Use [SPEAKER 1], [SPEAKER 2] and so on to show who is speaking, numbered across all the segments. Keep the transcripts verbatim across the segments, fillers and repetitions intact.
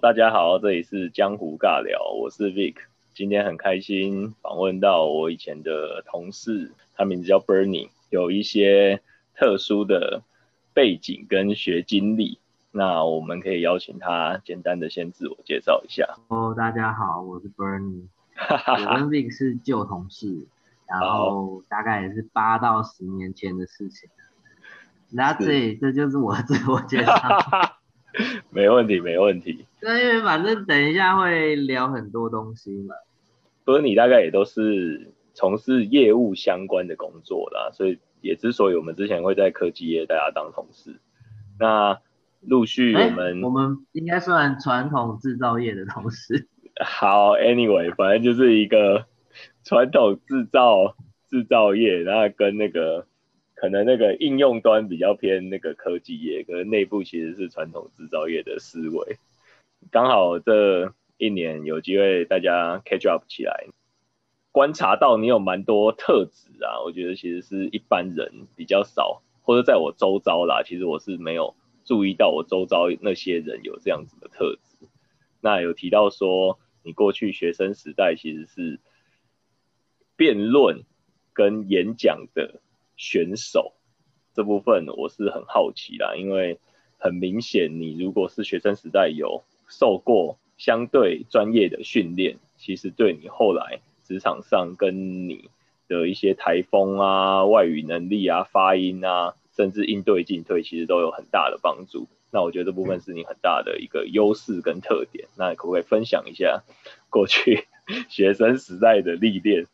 [SPEAKER 1] 大家好，这里是江湖尬聊，我是 Vic。今天很开心访问到我以前的同事，他名字叫 Bernie， 有一些特殊的背景跟学经历。那我们可以邀请他简单的先自我介绍一下。
[SPEAKER 2] Hello，大家好，我是 Bernie，我跟 Vic 是旧同事，然
[SPEAKER 1] 好，
[SPEAKER 2] 后大概也是八到十年前的事情。That's
[SPEAKER 1] 是，
[SPEAKER 2] it，这就是我的自我介绍。
[SPEAKER 1] 没问题，没问题。
[SPEAKER 2] 对，因为反正等一下会聊很多东西嘛。
[SPEAKER 1] Bernie 大概也都是从事业务相关的工作啦，所以也之所以我们之前会在科技业大家当同事。那陆续我
[SPEAKER 2] 哎，
[SPEAKER 1] 们
[SPEAKER 2] 我们应该算传统制造业的同事。
[SPEAKER 1] 好，anyway，反正就是一个传统制造制造业，然后跟那个可能那个应用端比较偏那个科技业，可是内部其实是传统制造业的思维。刚好这一年有机会大家 catch up 起来，观察到你有蛮多特质啊，我觉得其实是一般人比较少，或者在我周遭啦，其实我是没有注意到我周遭那些人有这样子的特质。那有提到说，你过去学生时代其实是辩论跟演讲的选手，这部分我是很好奇啦，因为很明显，你如果是学生时代有受过相对专业的训练，其实对你后来职场上跟你的一些台风啊、外语能力啊、发音啊，甚至应对进退，其实都有很大的帮助。那我觉得这部分是你很大的一个优势跟特点。那可不可以分享一下过去学生时代的历练？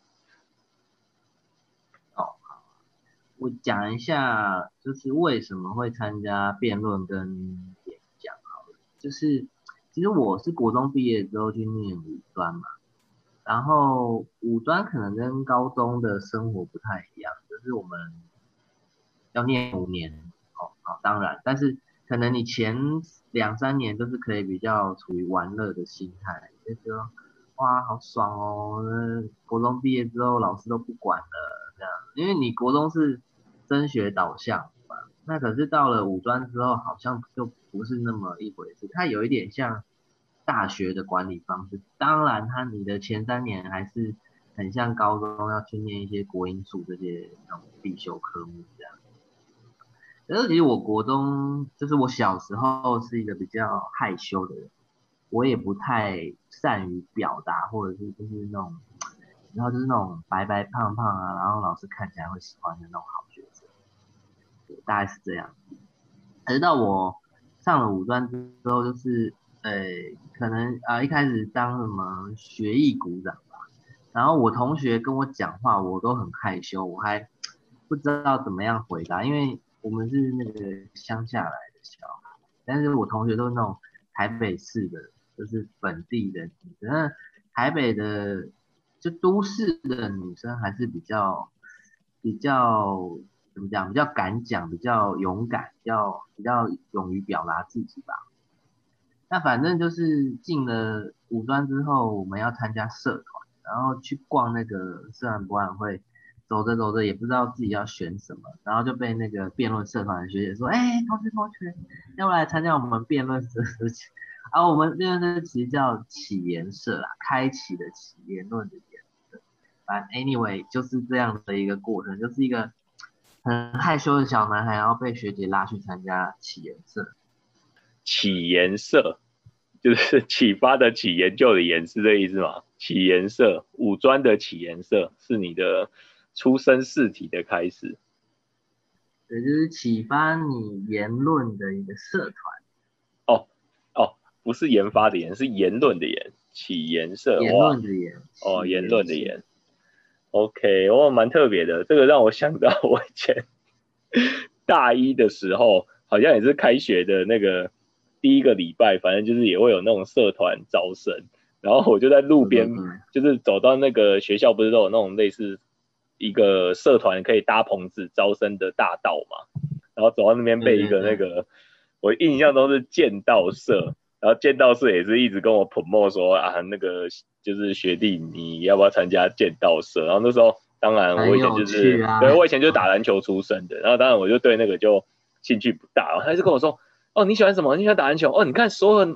[SPEAKER 2] 哦，我讲一下，就是为什么会参加辩论跟演讲好了。就是其实我是国中毕业之后去念五专嘛。然后五专可能跟高中的生活不太一样，就是我们要念五年，哦，好，当然，但是可能你前两三年都是可以比较处于玩乐的心态，就觉得哇好爽哦，国中毕业之后老师都不管了，这样，因为你国中是升学导向嘛，那可是到了五专之后好像就不是那么一回事，它有一点像大学的管理方式，当然它你的前三年还是很像高中要去念一些国英数这些那种必修科目这样。可是其实我国中就是我小时候是一个比较害羞的人，我也不太善于表达，或者是就是那种，然后就是那种白白胖胖啊，然后老师看起来会喜欢的那种好学生，对，大概是这样。可是到我上了五专之后，就是呃，可能啊、呃、一开始当什么学艺股长吧，然后我同学跟我讲话，我都很害羞，我还不知道怎么样回答，因为我们是那个乡下来的小孩，但是我同学都是那种台北市的，就是本地的女生，那台北的就都市的女生还是比较比较怎么讲，比较敢讲，比较勇敢，比较比较勇于表达自己吧。那反正就是进了五专之后，我们要参加社团，然后去逛那个社团博览会，走着走着也不知道自己要选什么，然后就被那个辩论社团的学姐说：“哎，同学同学，要不来参加我们辩论社？”啊，我们辩论社其实叫启言社啦，开启的启，言论的言。反正 anyway 就是这样的一个过程，就是一个很害羞的小男孩，然后被学姐拉去参加启言社。
[SPEAKER 1] 起颜色就是启发的启，研究的研，是这意思吗？起颜色，五专的起颜色是你的出生试题的开始。
[SPEAKER 2] 对，就是启发你言论的一个社团，
[SPEAKER 1] 哦哦，不是研发的研，是言论的言，起颜色
[SPEAKER 2] 言
[SPEAKER 1] 哇。
[SPEAKER 2] 论的言，
[SPEAKER 1] 哦，
[SPEAKER 2] 启
[SPEAKER 1] 言
[SPEAKER 2] 言社。
[SPEAKER 1] 论的言。OK，哦，蛮特别的。这个让我想到我以前大一的时候，好像也是开学的那个第一个礼拜，反正就是也会有那种社团招生，然后我就在路边，
[SPEAKER 2] 对对对，
[SPEAKER 1] 就是走到那个学校，不是都有那种类似一个社团可以搭棚子招生的大道嘛，然后走到那边被一
[SPEAKER 2] 对对对，
[SPEAKER 1] 个那个，我印象中是剑道社，然后剑道社也是一直跟我 promote 说啊，那个就是学弟你要不要参加剑道社？然后那时候当然我以前
[SPEAKER 2] 很有
[SPEAKER 1] 就是
[SPEAKER 2] 趣啊。
[SPEAKER 1] 对我以前就打篮球出身的，然后当然我就对那个就兴趣不大，然后他就跟我说哦你喜欢什么？你喜欢打篮球？哦你看所有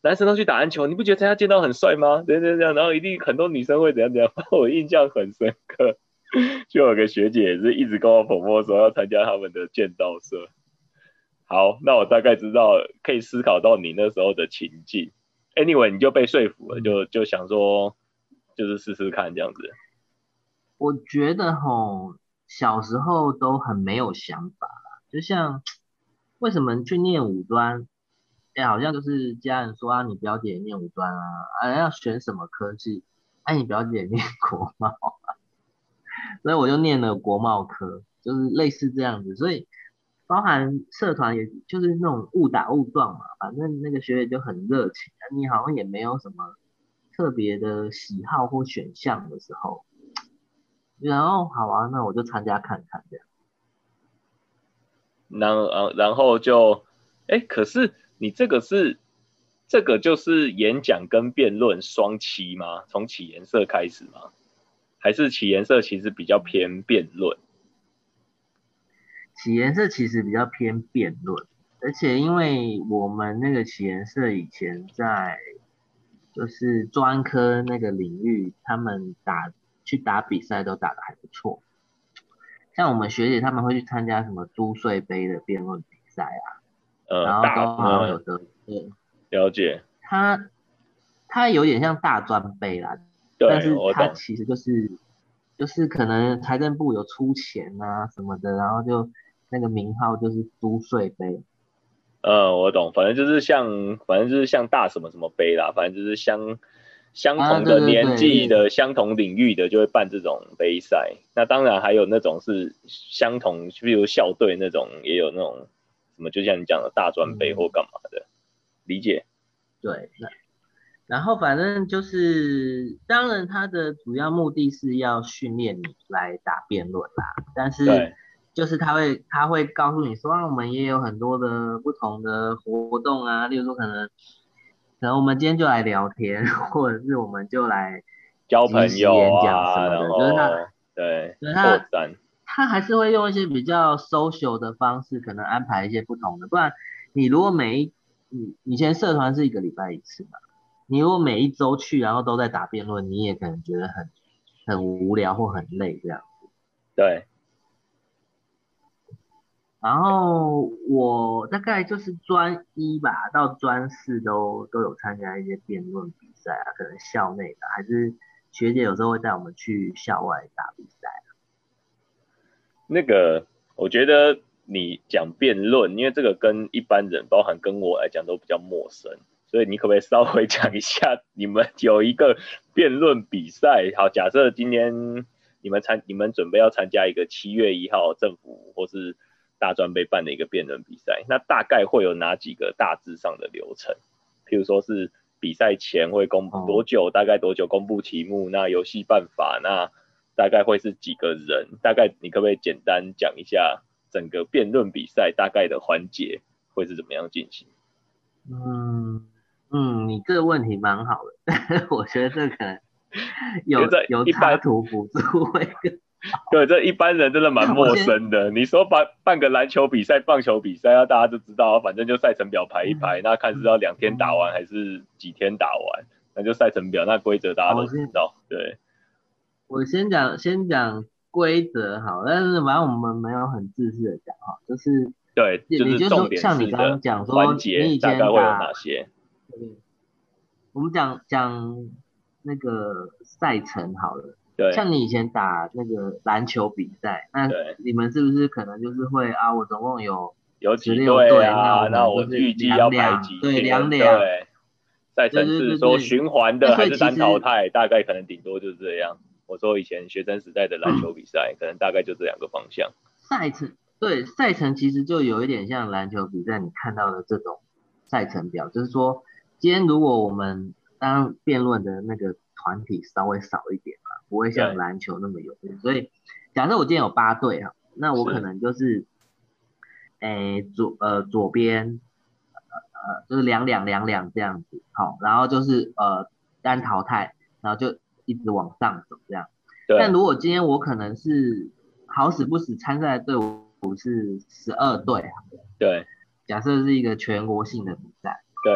[SPEAKER 1] 男生都去打篮球，你不觉得参加剑道很帅吗？对对对，然后一定很多女生会怎样怎样，我印象很深刻。就有个学姐也是一直跟我捧摸说要参加他们的剑道社。好，那我大概知道可以思考到你那时候的情境。Anyway， 你就被说服了，就就想说就是试试看这样子。
[SPEAKER 2] 我觉得吼，小时候都很没有想法啦，就像为什么去念五专，哎，好像就是家人说啊，你表姐念五专啊，啊要选什么科系，哎、啊，你表姐念国贸，所以我就念了国贸科，就是类似这样子，所以包含社团也就是那种误打误撞嘛，反正那个学姐就很热情，你好像也没有什么特别的喜好或选项的时候。然后好啊，那我就参加看看这样。
[SPEAKER 1] 然然后就，哎，可是你这个是这个就是演讲跟辩论双栖吗？从启颜色开始吗？还是启颜色其实比较偏辩论？
[SPEAKER 2] 起颜色其实比较偏辩论，而且因为我们那个起颜色以前在就是专科那个领域，他们打去打比赛都打得还不错。像我们学姐他们会去参加什么租税杯的辩论比赛啊，
[SPEAKER 1] 呃，
[SPEAKER 2] 然后
[SPEAKER 1] 大
[SPEAKER 2] 都好像有
[SPEAKER 1] 呃
[SPEAKER 2] 得，对，
[SPEAKER 1] 了解，
[SPEAKER 2] 它它有点像大专杯啦，但
[SPEAKER 1] 对
[SPEAKER 2] 是
[SPEAKER 1] 我懂，
[SPEAKER 2] 它其实就是就是可能财政部有出钱啊什么的，然后就那个名号就是租税杯。
[SPEAKER 1] 呃，我懂，反正就是像，反正就是像大什么什么杯啦，反正就是相相
[SPEAKER 2] 啊，
[SPEAKER 1] 同的
[SPEAKER 2] 对对
[SPEAKER 1] 年纪
[SPEAKER 2] 对，
[SPEAKER 1] 的、相同领域的就会办这种杯赛。那当然还有那种是相同，比如校队那种，也有那种什么，就像你讲的大专杯或
[SPEAKER 2] 嗯，
[SPEAKER 1] 干嘛的，理解？
[SPEAKER 2] 对，那然后反正就是，当然它的主要目的是要训练你来打辩论啦，但是
[SPEAKER 1] 对，
[SPEAKER 2] 就是他会他会告诉你说，啊，我们也有很多的不同的活动啊，例如说可能可能我们今天就来聊天，或者是我们就来
[SPEAKER 1] 交朋友
[SPEAKER 2] 即席演讲什
[SPEAKER 1] 啊，然
[SPEAKER 2] 么的，就是他
[SPEAKER 1] 后对
[SPEAKER 2] 就是他
[SPEAKER 1] 拓展，
[SPEAKER 2] 他还是会用一些比较 social 的方式，可能安排一些不同的，不然你如果每一你以前社团是一个礼拜一次嘛。你如果每一周去，然后都在打辩论，你也可能觉得很很无聊或很累这样。
[SPEAKER 1] 对，
[SPEAKER 2] 然后我大概就是专一吧，到专四都都有参加一些辩论比赛啊，可能校内的，还是学姐有时候会带我们去校外打比赛。
[SPEAKER 1] 那个我觉得你讲辩论，因为这个跟一般人，包含跟我来讲都比较陌生。所以你可不可以稍微讲一下，你们有一个辩论比赛？好，假设今天你们参，你们准备要参加一个七月一号政府或是大专杯办的一个辩论比赛，那大概会有哪几个大致上的流程？譬如说是比赛前会公多
[SPEAKER 2] 哦，
[SPEAKER 1] 久，大概多久公布题目，那游戏办法，那大概会是几个人？大概你可不可以简单讲一下整个辩论比赛大概的环节会是怎么样进行？
[SPEAKER 2] 嗯嗯，你这个问题蛮好的，我觉得这可能
[SPEAKER 1] 因为
[SPEAKER 2] 有
[SPEAKER 1] 在一般
[SPEAKER 2] 有插图辅助会更
[SPEAKER 1] 对，这一般人真的蛮
[SPEAKER 2] 好。我
[SPEAKER 1] 陌
[SPEAKER 2] 先
[SPEAKER 1] 生的。你说办办个篮球比赛、棒球比赛，那大家就知道，反正就赛程表排一排，那看是要两天打完
[SPEAKER 2] 嗯，
[SPEAKER 1] 还是几天打完，那就赛程表，那规则大家
[SPEAKER 2] 好，我
[SPEAKER 1] 都知
[SPEAKER 2] 先
[SPEAKER 1] 道。对
[SPEAKER 2] 我先讲先讲规则好，但是反正我们没有很自私的讲哈，就是
[SPEAKER 1] 对，
[SPEAKER 2] 你你就
[SPEAKER 1] 就是重
[SPEAKER 2] 说像你
[SPEAKER 1] 点式的
[SPEAKER 2] 刚刚讲
[SPEAKER 1] 环
[SPEAKER 2] 说你以
[SPEAKER 1] 节大概会有
[SPEAKER 2] 前打，
[SPEAKER 1] 哪些？
[SPEAKER 2] 对我们讲讲那个赛程好了，
[SPEAKER 1] 对
[SPEAKER 2] 像你以前打那个篮球比赛，那
[SPEAKER 1] 对，
[SPEAKER 2] 你们是不是可能就是会啊，我总共有十
[SPEAKER 1] 有几
[SPEAKER 2] 六队，那
[SPEAKER 1] 队啊？
[SPEAKER 2] 我可能就
[SPEAKER 1] 那我预计要
[SPEAKER 2] 是两
[SPEAKER 1] 排
[SPEAKER 2] 两对
[SPEAKER 1] 几天？
[SPEAKER 2] 两两，
[SPEAKER 1] 对，赛
[SPEAKER 2] 对对
[SPEAKER 1] 程是说
[SPEAKER 2] 对对，
[SPEAKER 1] 循环
[SPEAKER 2] 那所以
[SPEAKER 1] 的还是单淘
[SPEAKER 2] 其实
[SPEAKER 1] 汰？大概可能顶多就是这样。我说以前学生时代的篮球比赛，可能大概就这两个方向。
[SPEAKER 2] 赛程对赛程其实就有一点像篮球比赛你看到的这种赛程表，就是说今天如果我们当辩论的那个团体稍微少一点嘛，不会像
[SPEAKER 1] 对，
[SPEAKER 2] 篮球那么有人，所以假设我今天有八队哈，那我可
[SPEAKER 1] 是，
[SPEAKER 2] 能就是诶左呃左边呃就是两两两两这样子，好，然后就是呃单淘汰，然后就一直往上走这样。但
[SPEAKER 1] 对
[SPEAKER 2] 如果今天我可能是好死不死参赛的队伍是十二队，
[SPEAKER 1] 对
[SPEAKER 2] 假设是一个全国性的比赛，
[SPEAKER 1] 对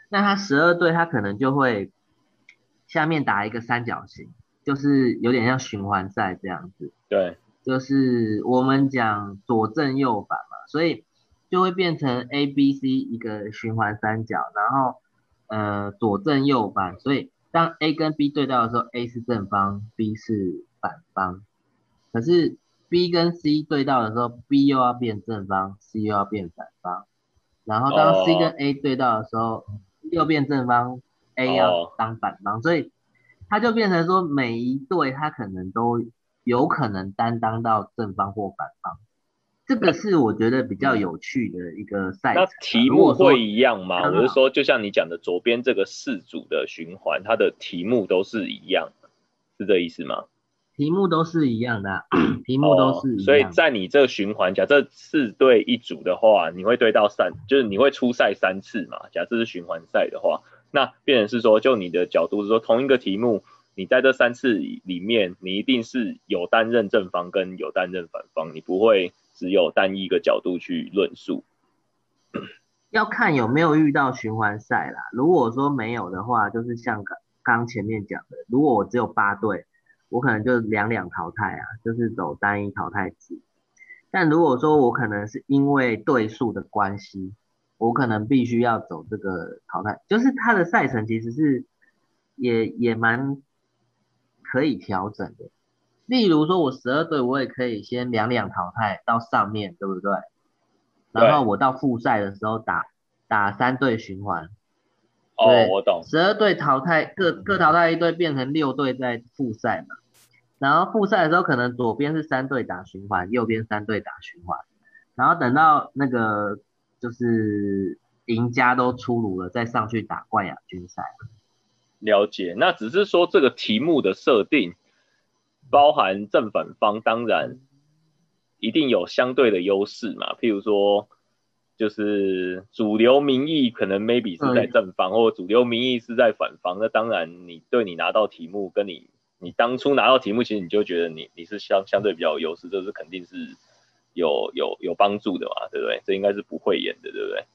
[SPEAKER 2] 那它十二队它可能就会下面打一个三角形，就是有点像循环赛这样子。
[SPEAKER 1] 对，
[SPEAKER 2] 就是我们讲左正右反嘛，所以就会变成 A B C 一个循环三角，然后呃左正右反，所以当 A 跟 B 对到的时候，A 是正方，B 是反方。可是 B 跟 C 对到的时候，B 又要变正方，C 又要变反方。然后当 C 跟
[SPEAKER 1] 哦
[SPEAKER 2] A 对到的时候，又变正方，A 要
[SPEAKER 1] 哦
[SPEAKER 2] 当反方，所以它就变成说每一队它可能都有可能担当到正方或反方。这个是我觉得比较
[SPEAKER 1] 嗯。
[SPEAKER 2] 有趣的一个赛
[SPEAKER 1] 那
[SPEAKER 2] 程啊。
[SPEAKER 1] 题目会
[SPEAKER 2] 如果说
[SPEAKER 1] 一样吗？
[SPEAKER 2] 刚好
[SPEAKER 1] 我是说，就像你讲的，左边这个四组的循环，它的题目都是一样，是这意思吗？
[SPEAKER 2] 题目都是一样的啊题目都
[SPEAKER 1] 哦，
[SPEAKER 2] 是一样的。
[SPEAKER 1] 所以在你这个循环，假设四对一组的话，你会对到三，就是你会出赛三次嘛？假设是循环赛的话，那变成是说，就你的角度是说，同一个题目，你在这三次里面，你一定是有担任正方跟有担任反方，你不会只有单一个角度去论述。
[SPEAKER 2] 要看有没有遇到循环赛啦。如果说没有的话，就是像刚刚前面讲的，如果我只有八队，我可能就两两淘汰啊，就是走单一淘汰制。但如果说我可能是因为队数的关系，我可能必须要走这个淘汰，就是它的赛程其实是也也蛮可以调整的。例如说，我十二队我也可以先两两淘汰到上面，对不对？然后
[SPEAKER 1] 对，
[SPEAKER 2] 我到复赛的时候打打三队循环，
[SPEAKER 1] 哦，
[SPEAKER 2] 对，
[SPEAKER 1] 我懂。
[SPEAKER 2] 十二队淘汰各各淘汰一队，变成六队在复赛嘛。然后复赛的时候，可能左边是三队打循环，右边三队打循环。然后等到那个就是赢家都出炉了，再上去打冠亚军赛。
[SPEAKER 1] 了解，那只是说这个题目的设定包含正反方，当然一定有相对的优势嘛。譬如说，就是主流民意可能 maybe 是在
[SPEAKER 2] 对，
[SPEAKER 1] 正方，或主流民意是在反方。那当然，你对你拿到题目，跟你你当初拿到题目，其实你就觉得你你是相相对比较有优势，这是肯定是有有有帮助的嘛，对不对？这应该是不会演的，对不对？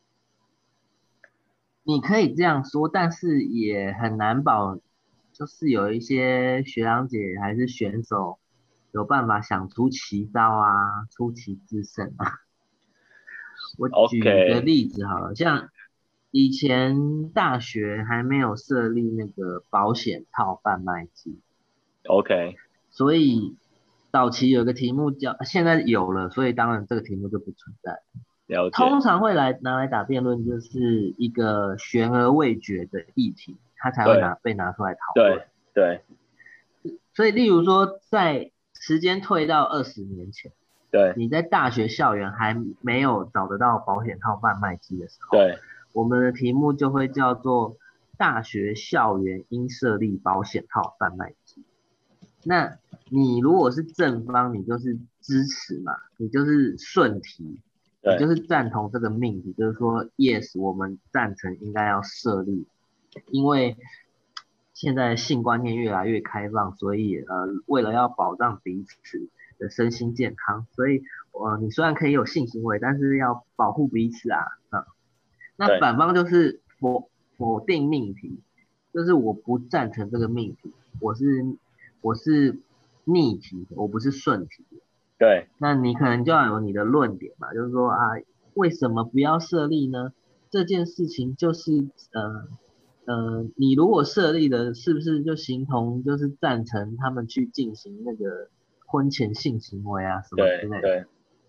[SPEAKER 2] 你可以这样说，但是也很难保，就是有一些学长姐还是选手有办法想出奇招啊，出奇制胜啊。我举个
[SPEAKER 1] OK
[SPEAKER 2] 例子好了，像以前大学还没有设立那个保险套贩卖机，
[SPEAKER 1] OK，
[SPEAKER 2] 所以早期有个题目叫，现在有了，所以当然这个题目就不存在。
[SPEAKER 1] 了解。
[SPEAKER 2] 通常会来拿来打辩论，就是一个悬而未决的议题，它才会
[SPEAKER 1] 对
[SPEAKER 2] 拿被拿出来讨论。
[SPEAKER 1] 对对
[SPEAKER 2] 所以，例如说，在时间退到二十年前，
[SPEAKER 1] 对
[SPEAKER 2] 你在大学校园还没有找得到保险套贩卖机的时候，
[SPEAKER 1] 对
[SPEAKER 2] 我们的题目就会叫做大学校园应设立保险套贩卖机。那你如果是正方，你就是支持嘛，你就是顺题，你就
[SPEAKER 1] 对
[SPEAKER 2] 是赞同这个命题，就是说 yes，我们赞成应该要设立，因为现在性观念越来越开放，所以呃，为了要保障彼此的身心健康，所以呃，你虽然可以有性行为，但是要保护彼此啊，啊、那
[SPEAKER 1] 对
[SPEAKER 2] 反方就是否否定命题，就是我不赞成这个命题，我是我是逆题，我不是顺题。
[SPEAKER 1] 对
[SPEAKER 2] 那你可能就要有你的论点嘛，就是说啊，为什么不要设立呢？这件事情就是呃呃，你如果设立了，是不是就形同就是赞成他们去进行那个婚前性行为啊什么之类的？
[SPEAKER 1] 对对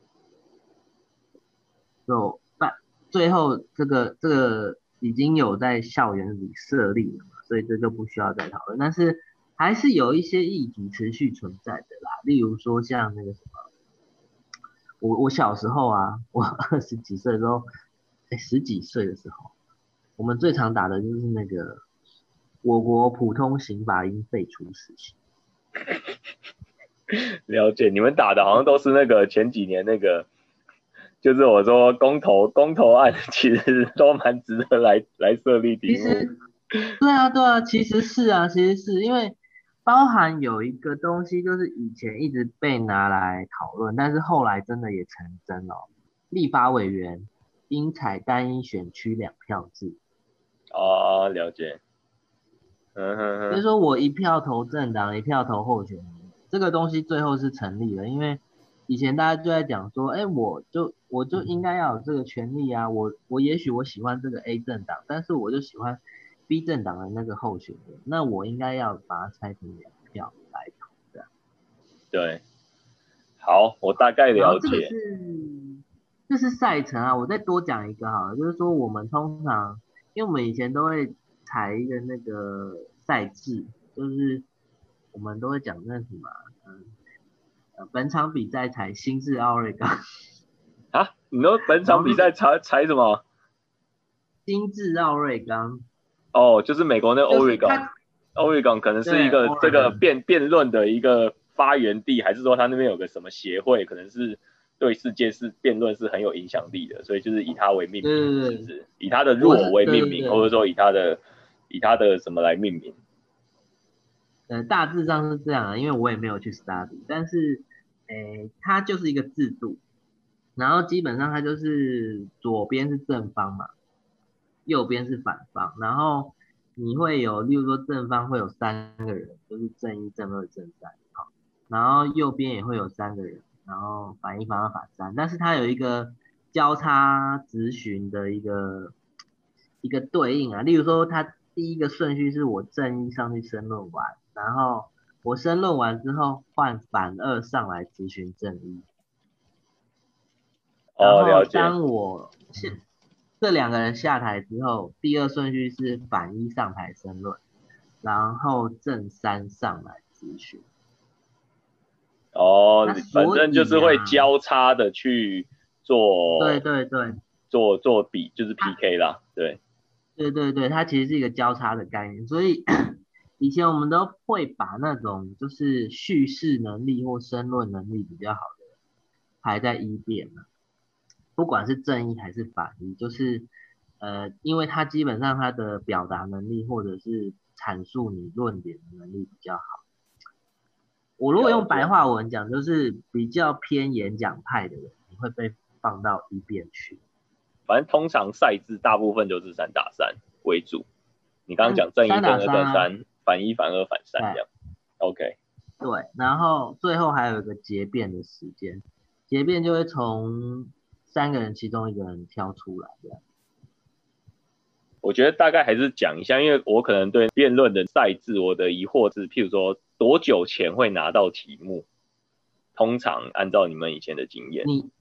[SPEAKER 2] 就办最后这个这个已经有在校园里设立了嘛，所以这就不需要再讨论。但是还是有一些议题持续存在的啦，例如说像那个什么，我我小时候啊，我二十几岁的时候，哎十几岁的时候，我们最常打的就是那个我国普通刑法应废除死刑。
[SPEAKER 1] 了解。你们打的好像都是那个前几年那个，就是我说公投公投案，其实都蛮值得来来设立题目。
[SPEAKER 2] 其实对啊，对啊，其实是啊，其实是因为包含有一个东西，就是以前一直被拿来讨论，但是后来真的也成真了。立法委员应采单一选区两票制，
[SPEAKER 1] 哦，了解。嗯哼哼。
[SPEAKER 2] 所以说我一票投政党，一票投候选人，这个东西最后是成立的，因为以前大家就在讲说，哎，我就我就应该要有这个权利啊，我我也许我喜欢这个 A 政党，但是我就喜欢 B 政党的那个候选人，那我应该要把它拆成两票来投的。
[SPEAKER 1] 对，好，我大概
[SPEAKER 2] 然后这个
[SPEAKER 1] 了解。
[SPEAKER 2] 是这是赛程啊，我再多讲一个好了，就是说我们通常，因为我们以前都会采一个那个赛制，就是我们都会讲那什么，嗯、呃，本场比赛采新制奥瑞冈，
[SPEAKER 1] 啊，你说本
[SPEAKER 2] 然后那个
[SPEAKER 1] 场比赛才才什么？
[SPEAKER 2] 新制奥瑞冈，
[SPEAKER 1] 哦，就是美国那
[SPEAKER 2] 就是
[SPEAKER 1] Oregon。
[SPEAKER 2] 它
[SPEAKER 1] Oregon 可能是一
[SPEAKER 2] 对
[SPEAKER 1] 个这个
[SPEAKER 2] Oregon，
[SPEAKER 1] 辩辩论的一个发源地，还是说他那边有个什么协会，可能是对世界是辩论是很有影响力的，所以就是以它为命名，
[SPEAKER 2] 对对对，
[SPEAKER 1] 是不是？以它的
[SPEAKER 2] 我是
[SPEAKER 1] 弱为命名，
[SPEAKER 2] 对对对，
[SPEAKER 1] 或者说以它的以它的什么来命名？
[SPEAKER 2] 呃，大致上是这样啊，因为我也没有去 study，但是，诶，它就是一个制度，然后基本上它就是左边是正方嘛，右边是反方，然后你会有，例如说正方会有三个人，就是正一、正二、正三，好，然后右边也会有三个人，然后反一、反二、反三，但是它有一个交叉执行的一个一个对应啊，例如说它第一个顺序是我正一上去申论完，然后我申论完之后换反二上来执行正一。然
[SPEAKER 1] 哦，
[SPEAKER 2] 后
[SPEAKER 1] 了解。
[SPEAKER 2] 当我下这两个人下台之后，第二顺序是反一上台申论，然后正三上来咨询。
[SPEAKER 1] 哦，
[SPEAKER 2] 那
[SPEAKER 1] 反
[SPEAKER 2] 所
[SPEAKER 1] 正就是会
[SPEAKER 2] 以啊，
[SPEAKER 1] 交叉的去
[SPEAKER 2] 对
[SPEAKER 1] 做
[SPEAKER 2] 对对，
[SPEAKER 1] 做做比，就是
[SPEAKER 2] 它
[SPEAKER 1] P K 啦，对。
[SPEAKER 2] 对对对，它其实是一个交叉的概念，所以以前我们都会把那种就是叙事能力或申论能力比较好的人排在一边嘛。不管是正义还是反义，就是呃，因为他基本上他的表达能力或者是阐述你论点的能力比较好。我如果用白
[SPEAKER 1] 了解。
[SPEAKER 2] 话文讲，就是比较偏演讲派的人，你会被放到一边去。
[SPEAKER 1] 反正通常赛制大部分就是三打三为主。你刚刚
[SPEAKER 2] 三
[SPEAKER 1] 讲正一、
[SPEAKER 2] 三打
[SPEAKER 1] 正二、
[SPEAKER 2] 三啊，
[SPEAKER 1] 正三，反一、反二、反三这
[SPEAKER 2] 对
[SPEAKER 1] 样。OK。
[SPEAKER 2] 对，然后最后还有一个结辩的时间，结辩就会从三个人其中一个人挑出来，这样。
[SPEAKER 1] 我觉得大概还是讲一下，因为我可能对辩论的赛制，我的疑惑是，譬如说多久前会拿到题目？通常按照你们以前的经验。
[SPEAKER 2] 你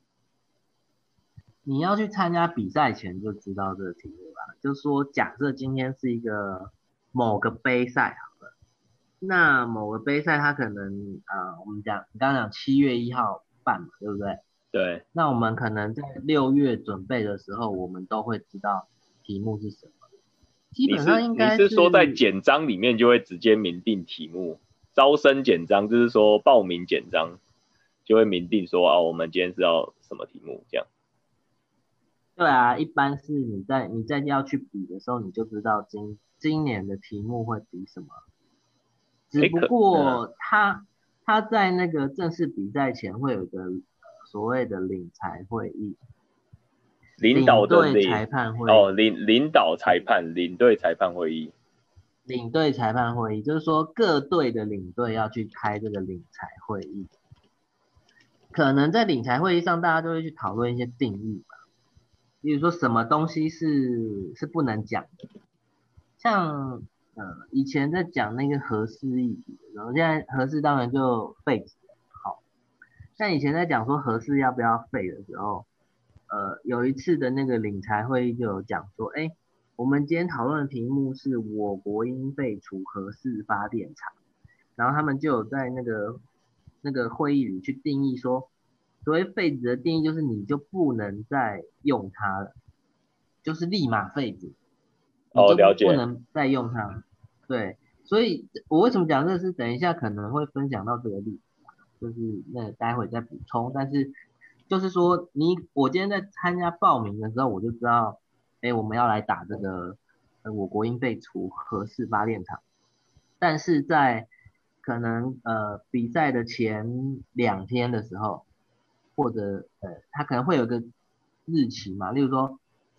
[SPEAKER 2] 你要去参加比赛前就知道这个题目吧，就是说，假设今天是一个某个杯赛好了，那某个杯赛它可能呃，我们讲你刚刚讲七月一号办嘛，对不对？
[SPEAKER 1] 对。
[SPEAKER 2] 那我们可能在六月准备的时候，我们都会知道题目是什么。基
[SPEAKER 1] 你
[SPEAKER 2] 本上应该
[SPEAKER 1] 是你是说在
[SPEAKER 2] 是
[SPEAKER 1] 简章里面就会直接明定题目，招生简章就是说报名简章就会明定说哦，我们今天是要什么题目这样。
[SPEAKER 2] 对啊，一般是你在你在要去比的时候，你就知道今今年的题目会比什么。只
[SPEAKER 1] 哎，
[SPEAKER 2] 不
[SPEAKER 1] 可嗯，
[SPEAKER 2] 过他他在那个正式比赛前会有一个所谓的领裁会议，
[SPEAKER 1] 领导的
[SPEAKER 2] 领队裁
[SPEAKER 1] 领
[SPEAKER 2] 判会
[SPEAKER 1] 哦，
[SPEAKER 2] 议，
[SPEAKER 1] 领领导裁判领队裁判会议。
[SPEAKER 2] 领队裁判会议就是说各队的领队要去开这个领裁会议，可能在领裁会议上大家就会去讨论一些定义嘛，比如说什么东西是是不能讲的，像呃以前在讲那个核四议题的时候，现在核四当然就废止了。好，像以前在讲说核四要不要废的时候，呃有一次的那个领裁会议就有讲说，哎，我们今天讨论的题目是我国应废除核四发电厂，然后他们就有在那个那个会议里去定义说，所谓废止的定义就是你就不能再用它了，就是立马废止。你
[SPEAKER 1] 哦，
[SPEAKER 2] 就
[SPEAKER 1] 了解。
[SPEAKER 2] 不能再用它。对，所以我为什么讲这个是等一下可能会分享到这个例子，就是那待会再补充。但是就是说你我今天在参加报名的时候，我就知道，哎，我们要来打这个呃我国应废除核四发电厂，但是在可能呃比赛的前两天的时候，或者呃他可能会有个日期嘛，例如说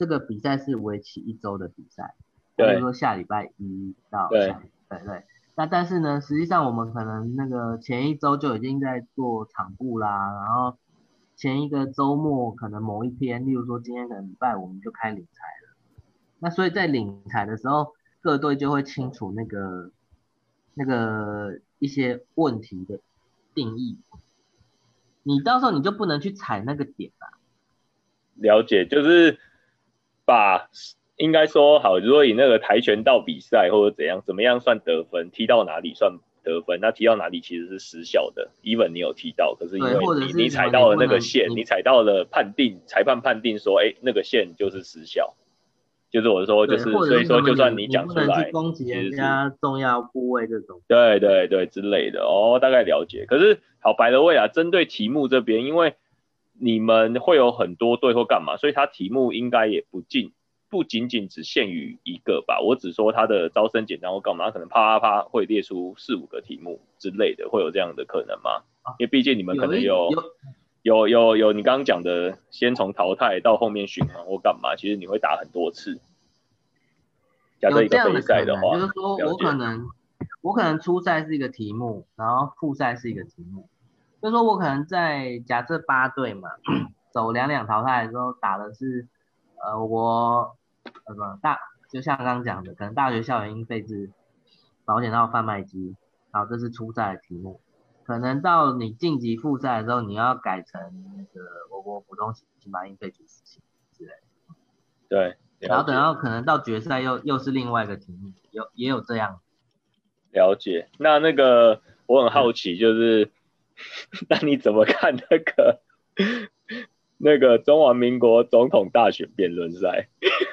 [SPEAKER 2] 这个比赛是为期一周的比赛，比如说下礼拜一到下礼拜，对对。那但是呢，实际上我们可能那个前一周就已经在做场布啦，然后前一个周末可能某一天，例如说今天可能礼拜五我们就开领彩了。那所以在领彩的时候，各队就会清楚那个那个一些问题的定义，你到时候你就不能去踩那个点啦。
[SPEAKER 1] 了解，就是把应该说好，如果以那个跆拳道比赛或者怎样，怎么样算得分，踢到哪里算得分，那踢到哪里其实是失效的。even 你有踢到，可是因为你你踩到了那个线，你踩到了判定，裁判判定说，哎，那个线就是失效。就是我说，就是所以说，就算
[SPEAKER 2] 你
[SPEAKER 1] 讲出来，
[SPEAKER 2] 你不能去攻击人家重要部位这种，
[SPEAKER 1] 对对对之类的哦，大概了解。可是好白的位啊，针对题目这边，因为你们会有很多队或干嘛，所以它题目应该也不尽不仅仅只限于一个吧。我只说它的招生简单或干嘛，它可能啪啪啪会列出四五个题目之类的，会有这样的可能吗？因为毕竟你们可能有。
[SPEAKER 2] 有
[SPEAKER 1] 有有有，你刚刚讲的，先从淘汰到后面循环或干嘛，其实你会打很多次。假设一个杯赛的话，
[SPEAKER 2] 就是说我可能我可能初赛是一个题目，然后复赛是一个题目。就是说我可能在假设八队嘛，走两两淘汰的时候打的是呃我呃什么大，就像刚刚讲的，可能大学校园应废止保险套贩卖机，好，这是初赛的题目。可能到你晋级复赛的时候，你要改成那个我国普通刑法应废除死刑之类的。
[SPEAKER 1] 对，
[SPEAKER 2] 然后等到可能到决赛又又是另外一个题目，有也有这样。
[SPEAKER 1] 了解。那那个我很好奇，就是、嗯、那你怎么看那个那个中华民国总统大选辩论赛？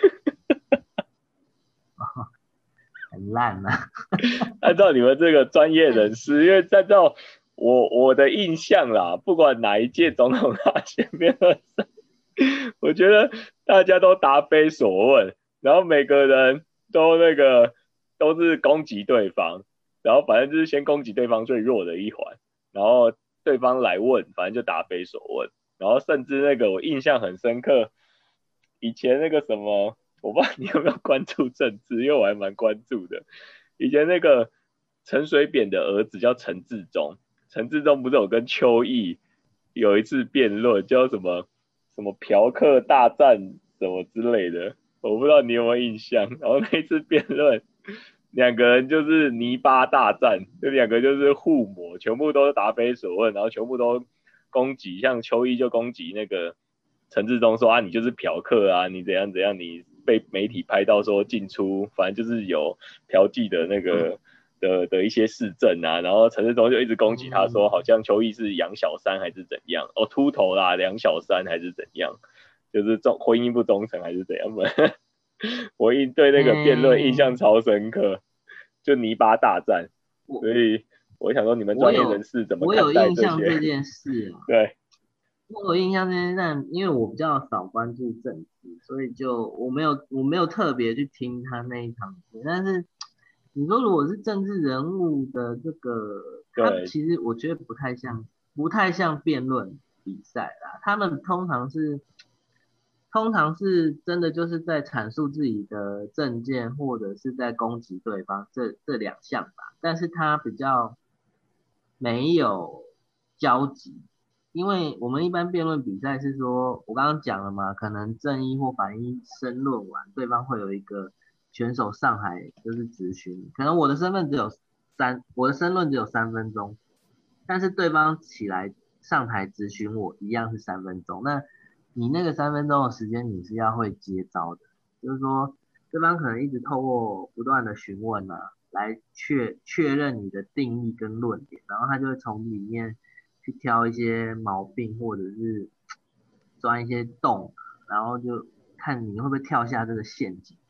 [SPEAKER 2] 很烂啊！
[SPEAKER 1] 按照你们这个专业人士，因为按照我我的印象啦，不管哪一届总统大选辩论赛，我觉得大家都答非所问，然后每个人都那个都是攻击对方，然后反正就是先攻击对方最弱的一环，然后对方来问，反正就答非所问，然后甚至那个我印象很深刻，以前那个什么，我不知道你有没有关注政治，因为我还蛮关注的。以前那个陈水扁的儿子叫陈致中，陈致中不是有跟邱毅有一次辩论，叫什么什么嫖客大战什么之类的，我不知道你有没有印象。然后那一次辩论，两个人就是泥巴大战，这两个就是互磨，全部都是答非所问，然后全部都攻击，像邱毅就攻击那个陈致中说啊，你就是嫖客啊，你怎样怎样，你被媒体拍到说进出，反正就是有嫖妓的那个的的一些事证啊，然后陈致中就一直攻击他说，好像邱毅是养小三还是怎样，哦秃头啦，养小三还是怎样，就是忠婚姻不忠诚还是怎样我印对那个辩论印象超深刻，就泥巴大战，所以我想说你们专业人士怎么看待这些？
[SPEAKER 2] 我有印象这件事啊。
[SPEAKER 1] 对。
[SPEAKER 2] 我有印象这件事，但因为我比较少关注政治，所以就我没有我没有特别去听他那一场课。但是你说如果是政治人物的这个，他其实我觉得不太像，不太像辩论比赛啦。他们通常是通常是真的就是在阐述自己的政见，或者是在攻击对方这这两项吧。但是他比较没有交集。因为我们一般辩论比赛是说，我刚刚讲了嘛，可能正一或反一申论完，对方会有一个选手上海就是质询，可能我的身份只有三，我的申论只有三分钟，但是对方起来上台质询我一样是三分钟，那你那个三分钟的时间你是要会接招的，就是说对方可能一直透过不断的询问啊，来确确认你的定义跟论点，然后他就会从里面去挑一些毛病，或者是钻一些洞，然后就看你会不会跳下这个陷阱。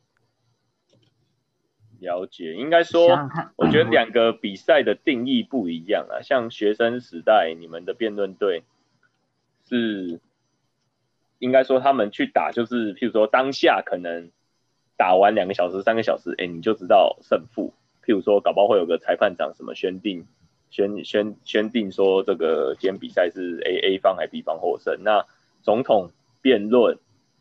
[SPEAKER 1] 了解，应该说，我觉得两个比赛的定义不一样啊。像学生时代，你们的辩论队是应该说他们去打，就是譬如说当下可能打完两个小时、三个小时，哎，你就知道胜负。譬如说，搞不好会有个裁判长什么宣定、宣宣宣定说这个今天比赛是 A A 方还是 B 方获胜。那总统辩论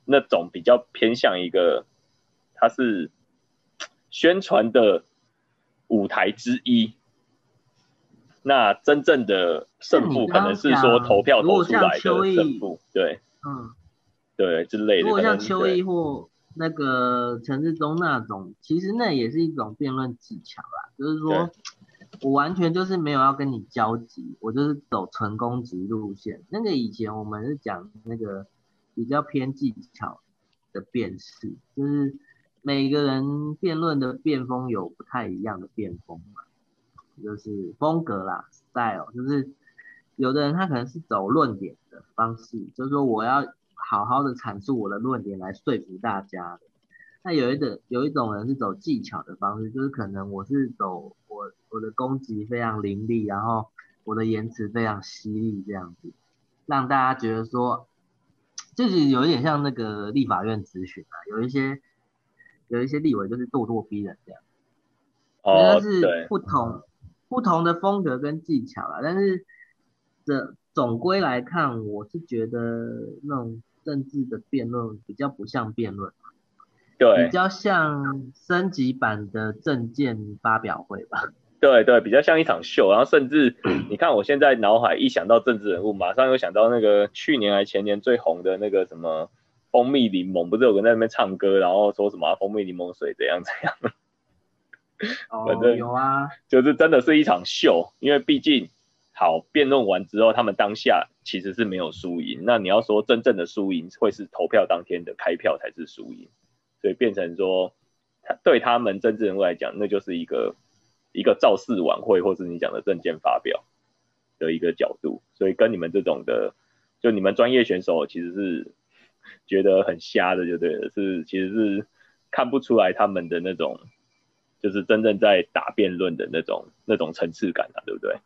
[SPEAKER 1] 那种比较偏向一个，它是宣传的舞台之一。那真正的胜负可能是说投票投出来的胜负，对，
[SPEAKER 2] 嗯，
[SPEAKER 1] 对之类的。
[SPEAKER 2] 如果像邱毅
[SPEAKER 1] 可能
[SPEAKER 2] 或那个陈志忠那种，其实那也是一种辩论技巧啦，就是说我完全就是没有要跟你交集，我就是走纯攻击路线。那个以前我们是讲那个比较偏技巧的辩士，就是每个人辩论的辩风有不太一样的辩风嘛。就是风格啦 ，style， 就是有的人他可能是走论点的方式，就是说我要好好的阐述我的论点来说服大家的。那有一种有一种人是走技巧的方式，就是可能我是走我我的攻击非常凌厉，然后我的言辞非常犀利这样子，让大家觉得说，就是有一点像那个立法院质询啊，有一些有一些立委就是咄咄逼人这样。所以那
[SPEAKER 1] 哦，
[SPEAKER 2] 是
[SPEAKER 1] 对
[SPEAKER 2] 不同不同的风格跟技巧啦，但是这总归来看，我是觉得那种政治的辩论比较不像辩论，比
[SPEAKER 1] 对
[SPEAKER 2] 较像升级版的政见发表会吧。
[SPEAKER 1] 对对，比较像一场秀。然后甚至你看，我现在脑海一想到政治人物，马上又想到那个去年还前年最红的那个什么蜂蜜柠檬，不是有个在那边唱歌，然后说什么、啊、蜂蜜柠檬水怎样怎样。反
[SPEAKER 2] 哦，
[SPEAKER 1] 正
[SPEAKER 2] 有啊，
[SPEAKER 1] 就是真的是一场秀，因为毕竟好辩论完之后，他们当下其实是没有输赢。那你要说真正的输赢，会是投票当天的开票才是输赢，所以变成说，对他们政治人物来讲，那就是一个一个造势晚会，或是你讲的政见发表的一个角度。所以跟你们这种的，就你们专业选手其实是觉得很瞎的，就对了，是其实是看不出来他们的那种。就是真正在打辩论的那种那种层次感啊，对不对？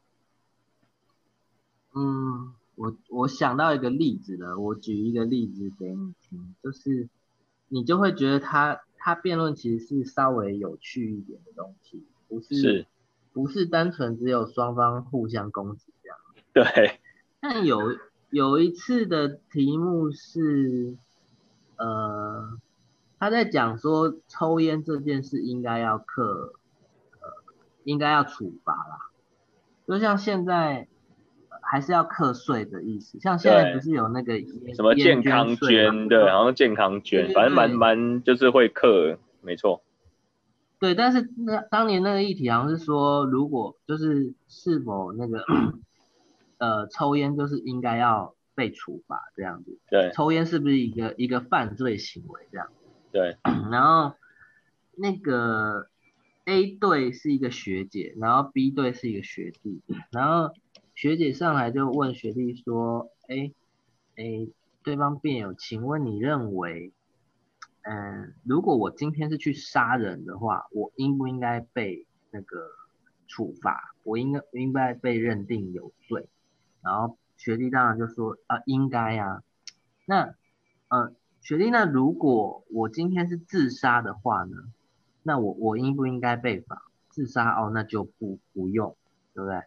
[SPEAKER 2] 嗯，我我想到一个例子了，我举一个例子给你听，就是你就会觉得他他辩论其实是稍微有趣一点的东西，不是
[SPEAKER 1] 是，
[SPEAKER 2] 不是单纯只有双方互相攻击这样。
[SPEAKER 1] 对，
[SPEAKER 2] 但有有一次的题目是，呃，他在讲说抽烟这件事应该要克，呃，应该要处罚啦。就像现在呃还是要课税的意思，像现在不
[SPEAKER 1] 对，
[SPEAKER 2] 是有那个烟
[SPEAKER 1] 什么
[SPEAKER 2] 烟
[SPEAKER 1] 健康
[SPEAKER 2] 捐税嘛？
[SPEAKER 1] 捐，对，好像健康
[SPEAKER 2] 对
[SPEAKER 1] 捐，反正蛮
[SPEAKER 2] 对对
[SPEAKER 1] 蛮就是会克，没错，
[SPEAKER 2] 对，但是那当年那个议题好像是说，如果就是是否那个呃抽烟就是应该要被处罚这样子，
[SPEAKER 1] 对
[SPEAKER 2] 抽烟是不是一个一个犯罪行为这样？
[SPEAKER 1] 对
[SPEAKER 2] 然后那个 A 队是一个学姐，然后 B 队是一个学弟，然后学姐上来就问学弟说：“哎哎，对方辩友，请问你认为，嗯，如果我今天是去杀人的话，我应不应该被那个处罚？我应该应该被认定有罪？”然后学弟当然就说：“啊，应该啊。”那呃，学弟，那如果我今天是自杀的话呢？那我我应不应该被罚？自杀哦，那就不不用，对不对？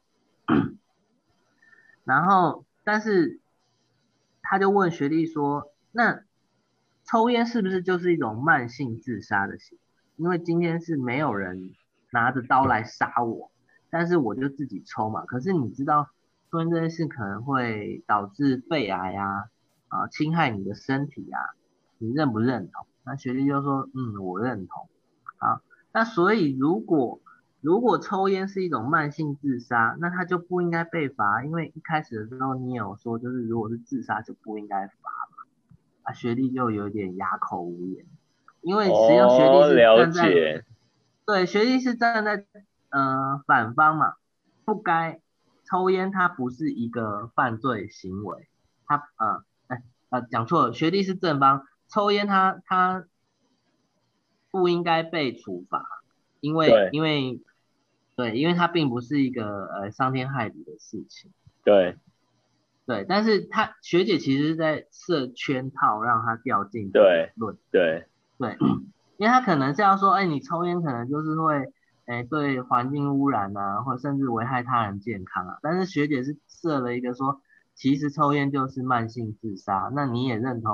[SPEAKER 2] 然后，但是他就问学弟说，那抽烟是不是就是一种慢性自杀的行为？因为今天是没有人拿着刀来杀我，但是我就自己抽嘛。可是你知道，抽烟这件事可能会导致肺癌啊，啊，侵害你的身体啊，你认不认同？那学弟就说，嗯，我认同。好，那所以如果如果抽烟是一种慢性自杀，那他就不应该被罚，因为一开始的时候你有说，就是如果是自杀就不应该罚嘛。啊，学弟就有点哑口无言，因为实际上学弟
[SPEAKER 1] 哦，
[SPEAKER 2] 是
[SPEAKER 1] 了
[SPEAKER 2] 站在，
[SPEAKER 1] 解，
[SPEAKER 2] 对，学弟是站在呃反方嘛，不该抽烟，它不是一个犯罪行为，他呃哎呃讲错了，学弟是正方，抽烟他他不应该被处罚，因为
[SPEAKER 1] 对
[SPEAKER 2] 因为对，因为它并不是一个呃伤天害理的事情。
[SPEAKER 1] 对
[SPEAKER 2] 对，但是他学姐其实是在设圈套，让他掉进这个
[SPEAKER 1] 对
[SPEAKER 2] 论。
[SPEAKER 1] 对
[SPEAKER 2] 对，因为他可能是要说，哎，你抽烟可能就是会，哎，对环境污染啊，或者甚至危害他人健康啊。但是学姐是设了一个说，其实抽烟就是慢性自杀，那你也认同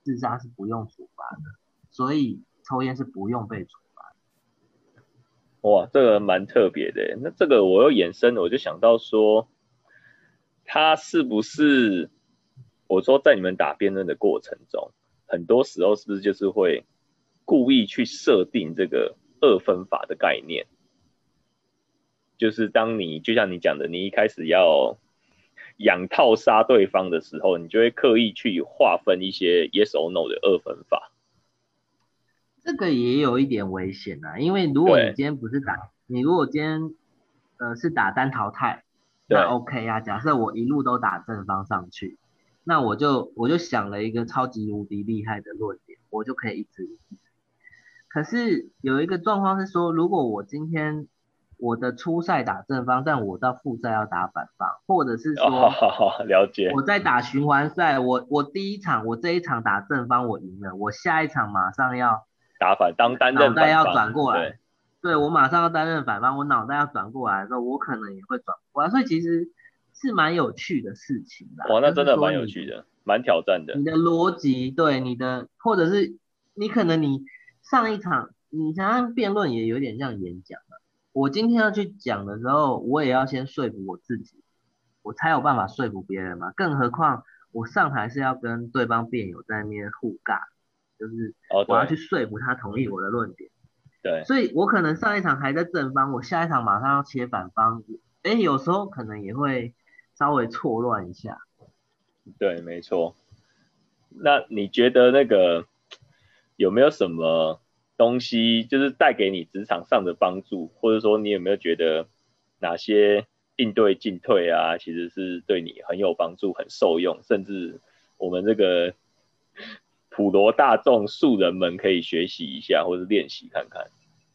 [SPEAKER 2] 自杀是不用处罚的，所以抽烟是不用被处罚的。
[SPEAKER 1] 哇，这个蛮特别的。那这个我又衍生，我就想到说，他是不是我说在你们打辩论的过程中，很多时候是不是就是会故意去设定这个二分法的概念？就是当你就像你讲的，你一开始要养套杀对方的时候，你就会刻意去划分一些 yes or no 的二分法。
[SPEAKER 2] 这个也有一点危险啊，因为如果你今天不是打，你如果今天呃是打单淘汰，那 OK 啊。假设我一路都打正方上去，那我就我就想了一个超级无敌厉害的论点，我就可以一直赢。可是有一个状况是说，如果我今天我的初赛打正方，但我到复赛要打反方，或者是说，
[SPEAKER 1] 哦，了解。
[SPEAKER 2] 我在打循环赛，我我第一场我这一场打正方我赢了，我下一场马上要
[SPEAKER 1] 打反当担
[SPEAKER 2] 任反方，脑袋要转过来，对，对我马上要担任反方，我脑袋要转过来的时候，我可能也会转过来，所以其实是蛮有趣的事情的。
[SPEAKER 1] 哇，那真的蛮有趣的，蛮挑战的。
[SPEAKER 2] 你的逻辑，对你的，或者是你可能你上一场，你想想辩论也有点像演讲了。我今天要去讲的时候，我也要先说服我自己，我才有办法说服别人嘛。更何况我上台是要跟对方辩友在那边互尬，就是我要去说服他同意我的论点。
[SPEAKER 1] 对，
[SPEAKER 2] 所以我可能上一场还在正方，我下一场马上要切反方，哎，有时候可能也会稍微错乱一下。
[SPEAKER 1] 对，没错。那你觉得那个有没有什么东西，就是带给你职场上的帮助，或者说你有没有觉得哪些应对进退啊，其实是对你很有帮助、很受用，甚至我们这个普罗大众素人们可以学习一下，或是练习看看。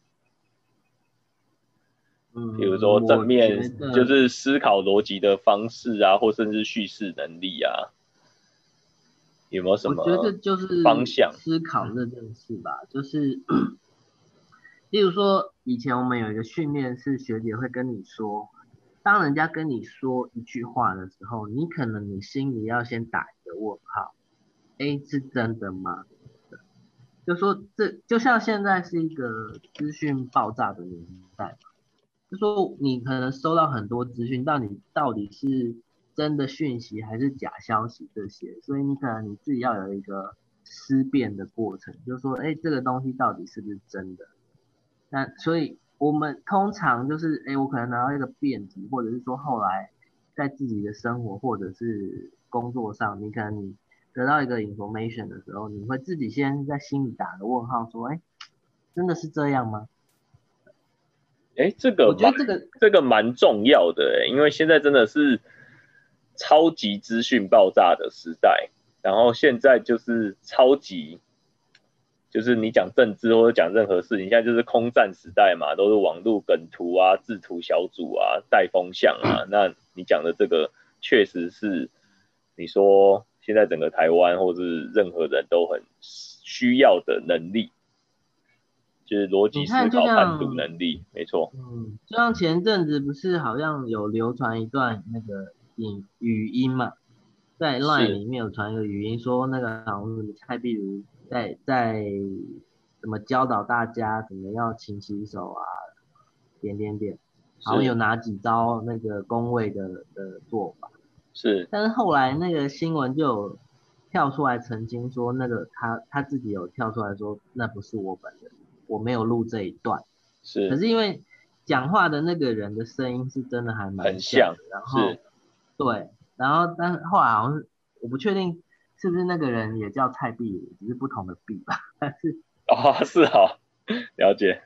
[SPEAKER 2] 嗯，
[SPEAKER 1] 比如说正面就是思考逻辑的方式啊，或甚至叙事能力啊，有没有什么
[SPEAKER 2] 我觉得就是
[SPEAKER 1] 方向？
[SPEAKER 2] 思考这件事吧，就是例如说以前我们有一个训练是学姐会跟你说，当人家跟你说一句话的时候，你可能你心里要先打一个问号，哎，是真的吗？就说这就像现在是一个资讯爆炸的年代。就说你可能收到很多资讯，到底到底是真的讯息还是假消息这些，所以你可能你自己要有一个思辨的过程，就是说，哎，这个东西到底是不是真的？那所以我们通常就是，哎，我可能拿到一个辩题，或者是说后来在自己的生活或者是工作上，你可能你得到一个 information 的时候，你会自己先在心里打个问号，说，哎，真的是这样吗？
[SPEAKER 1] 哎，这个
[SPEAKER 2] 我觉得这个
[SPEAKER 1] 这个蛮重要的，因为现在真的是超级资讯爆炸的时代，然后现在就是超级，就是你讲政治或者讲任何事情，现在就是空战时代嘛，都是网络梗图啊、制图小组啊、带风向啊。那你讲的这个确实是，你说现在整个台湾或是任何人都很需要的能力。就是逻辑思考、判读能力，没错。
[SPEAKER 2] 嗯，就像前阵子不是好像有流传一段那个影语音嘛，在 Line 里面有传一个语音，说那个好像是蔡壁如在在怎么教导大家怎么要勤洗手啊，点点点，好像有哪几招那个工位的的做法。
[SPEAKER 1] 是，
[SPEAKER 2] 但是后来那个新闻就有跳出来澄清说，那个他他自己有跳出来说，那不是我本人。我没有录这一段，
[SPEAKER 1] 是，
[SPEAKER 2] 可是因为讲话的那个人的声音是真的还蛮
[SPEAKER 1] 像
[SPEAKER 2] 的，然后对，然后但是后来好像是我不确定是不是那个人也叫蔡壁如，只是不同的壁吧，但是
[SPEAKER 1] 哦是好，了解。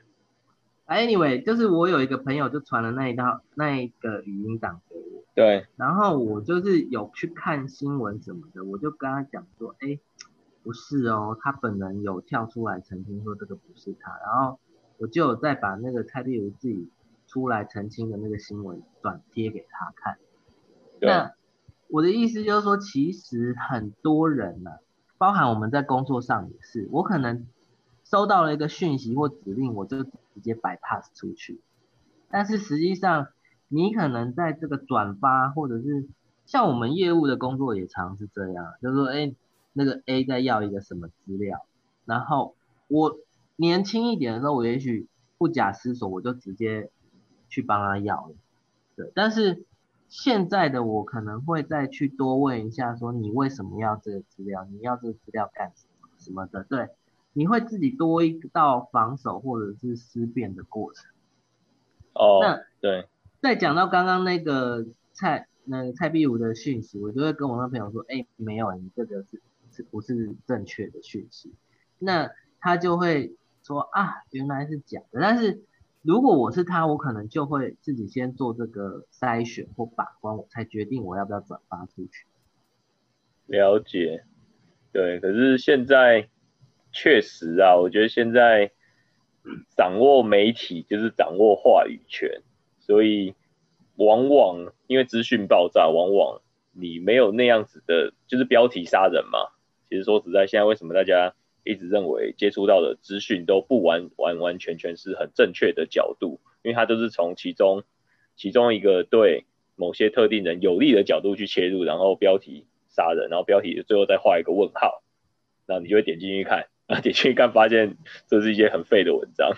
[SPEAKER 2] Anyway，就是我有一个朋友就传了那一道那一个语音档给我，
[SPEAKER 1] 对，
[SPEAKER 2] 然后我就是有去看新闻什么的，我就跟他讲说，哎。不是哦，他本人有跳出来澄清说这个不是他，然后我就有再把那个蔡壁如自己出来澄清的那个新闻转贴给他看。那我的意思就是说，其实很多人呢、啊，包含我们在工作上也是，我可能收到了一个讯息或指令，我就直接 bypass 出去，但是实际上你可能在这个转发或者是像我们业务的工作也常是这样，就是说，哎。 那个 A 在要一个什么资料，然后我年轻一点的时候，我也许不假思索，我就直接去帮他要了，对。但是现在的我可能会再去多问一下，说你为什么要这个资料？你要这个资料干什么？什么的，对，你会自己多一道防守或者是思辨的过程。
[SPEAKER 1] 哦，
[SPEAKER 2] 那
[SPEAKER 1] 对，
[SPEAKER 2] 再讲到刚刚那个蔡那个蔡壁如的讯息，我就会跟我那朋友说，哎，没有，你这个是是不是正确的讯息？那他就会说啊，原来是假的。但是如果我是他，我可能就会自己先做这个筛选或把关，我才决定我要不要转发出去。
[SPEAKER 1] 了解。对，可是现在确实啊，我觉得现在掌握媒体就是掌握话语权，所以往往因为资讯爆炸，往往你没有那样子的，就是标题杀人嘛。其实说实在，现在为什么大家一直认为接触到的资讯都不完完完全全是很正确的角度，因为它都是从其中其中一个对某些特定人有利的角度去切入，然后标题杀人，然后标题最后再画一个问号，然后你就会点进去看，然后点进去看，发现这是一些很废的文章。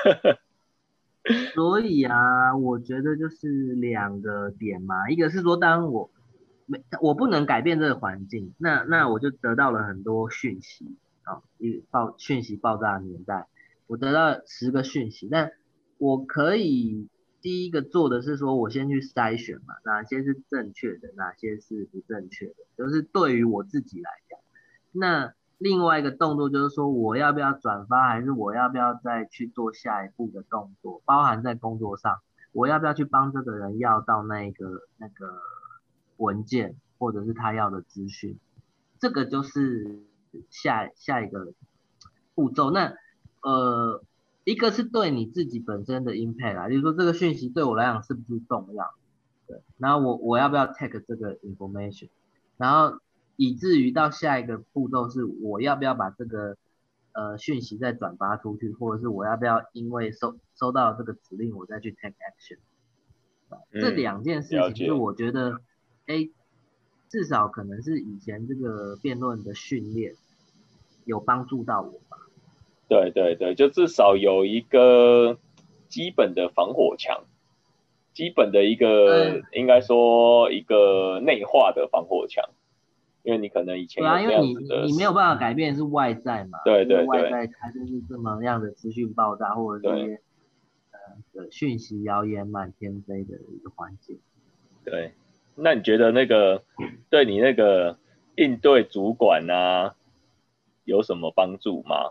[SPEAKER 2] 所以啊，我觉得就是两个点嘛，一个是说，当我没我不能改变这个环境，那那我就得到了很多讯息啊，一爆讯息爆炸的年代，我得到十个讯息，但我可以第一个做的是说，我先去筛选嘛，哪些是正确的，哪些是不正确的，就是对于我自己来讲。那另外一个动作就是说，我要不要转发，还是我要不要再去做下一步的动作，包含在工作上，我要不要去帮这个人要到那个那个文件，或者是他要的资讯，这个就是下下一个步骤。那呃，一个是对你自己本身的 impact 啦，就是说这个讯息对我来讲是不是重要？对，然后我我要不要 take 这个 information，然后以至于到下一个步骤是我要不要把这个呃讯息再转发出去，或者是我要不要因为收收到这个指令我再去 take action。这
[SPEAKER 1] 嗯，
[SPEAKER 2] 两件事情是
[SPEAKER 1] 了解。
[SPEAKER 2] 我觉得，哎，至少可能是以前这个辩论的训练有帮助到我吧。
[SPEAKER 1] 对对对，就至少有一个基本的防火墙，基本的一个
[SPEAKER 2] 嗯，
[SPEAKER 1] 应该说一个内化的防火墙，因为你可能以前
[SPEAKER 2] 对啊，
[SPEAKER 1] 有这
[SPEAKER 2] 因为你
[SPEAKER 1] 样子的，
[SPEAKER 2] 你你没有办法改变是外在嘛，
[SPEAKER 1] 对
[SPEAKER 2] 就是
[SPEAKER 1] 对对
[SPEAKER 2] 外在它就是这么样的资讯爆炸，或者是一
[SPEAKER 1] 对
[SPEAKER 2] 些呃讯息谣言满天飞的一个环境。
[SPEAKER 1] 对。那你觉得那个对你那个应对主管啊有什么帮助吗？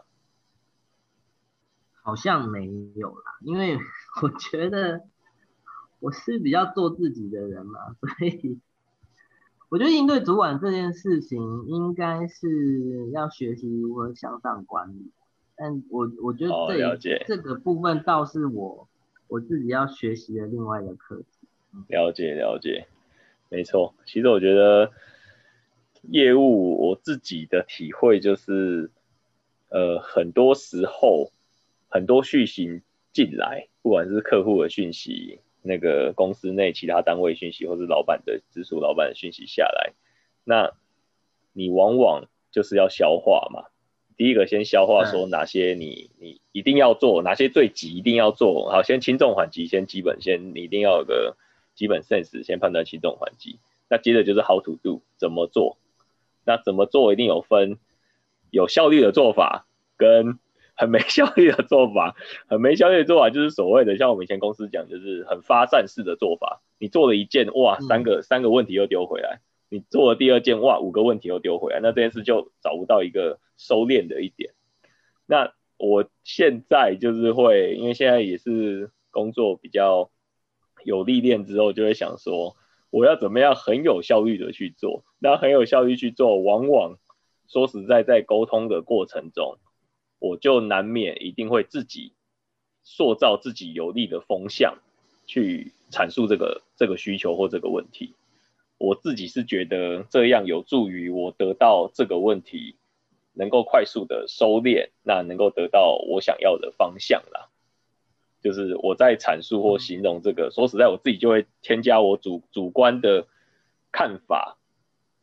[SPEAKER 2] 好像没有啦，因为我觉得我是比较做自己的人嘛，所以我觉得应对主管这件事情，应该是要学习如何向上管理。但我我觉得
[SPEAKER 1] 哦，
[SPEAKER 2] 这一
[SPEAKER 1] 了解
[SPEAKER 2] 这个部分倒是我我自己要学习的另外一个课题。
[SPEAKER 1] 了解了解，没错。其实我觉得业务我自己的体会就是，呃，很多时候很多讯息进来，不管是客户的讯息，那个公司内其他单位讯息，或是老板的直属老板的讯息下来，那你往往就是要消化嘛。第一个先消化
[SPEAKER 2] 对，
[SPEAKER 1] 说哪些你你一定要做，哪些最急一定要做。好，先轻重缓急，先基本先你一定要有个基本 sense，先判断轻重缓急。那接着就是 how to do，怎么做。那怎么做一定有分有效率的做法跟很没效率的做法。很没效率的做法就是所谓的像我们以前公司讲，就是很发散式的做法。你做了一件，哇，三
[SPEAKER 2] 嗯，
[SPEAKER 1] 个三个问题又丢回来。你做了第二件，哇，五个问题又丢回来，那这件事就找不到一个收敛的一点。那我现在就是会，因为现在也是工作比较有历练之后，就会想说，我要怎么样很有效率的去做。那很有效率去做，往往说实在，在沟通的过程中，我就难免一定会自己塑造自己有利的风向，去阐述这个这个需求或这个问题。我自己是觉得这样有助于我得到这个问题能够快速的收敛，那能够得到我想要的方向啦。就是我在阐述或形容这个，说实在，我自己就会添加我主主观的看法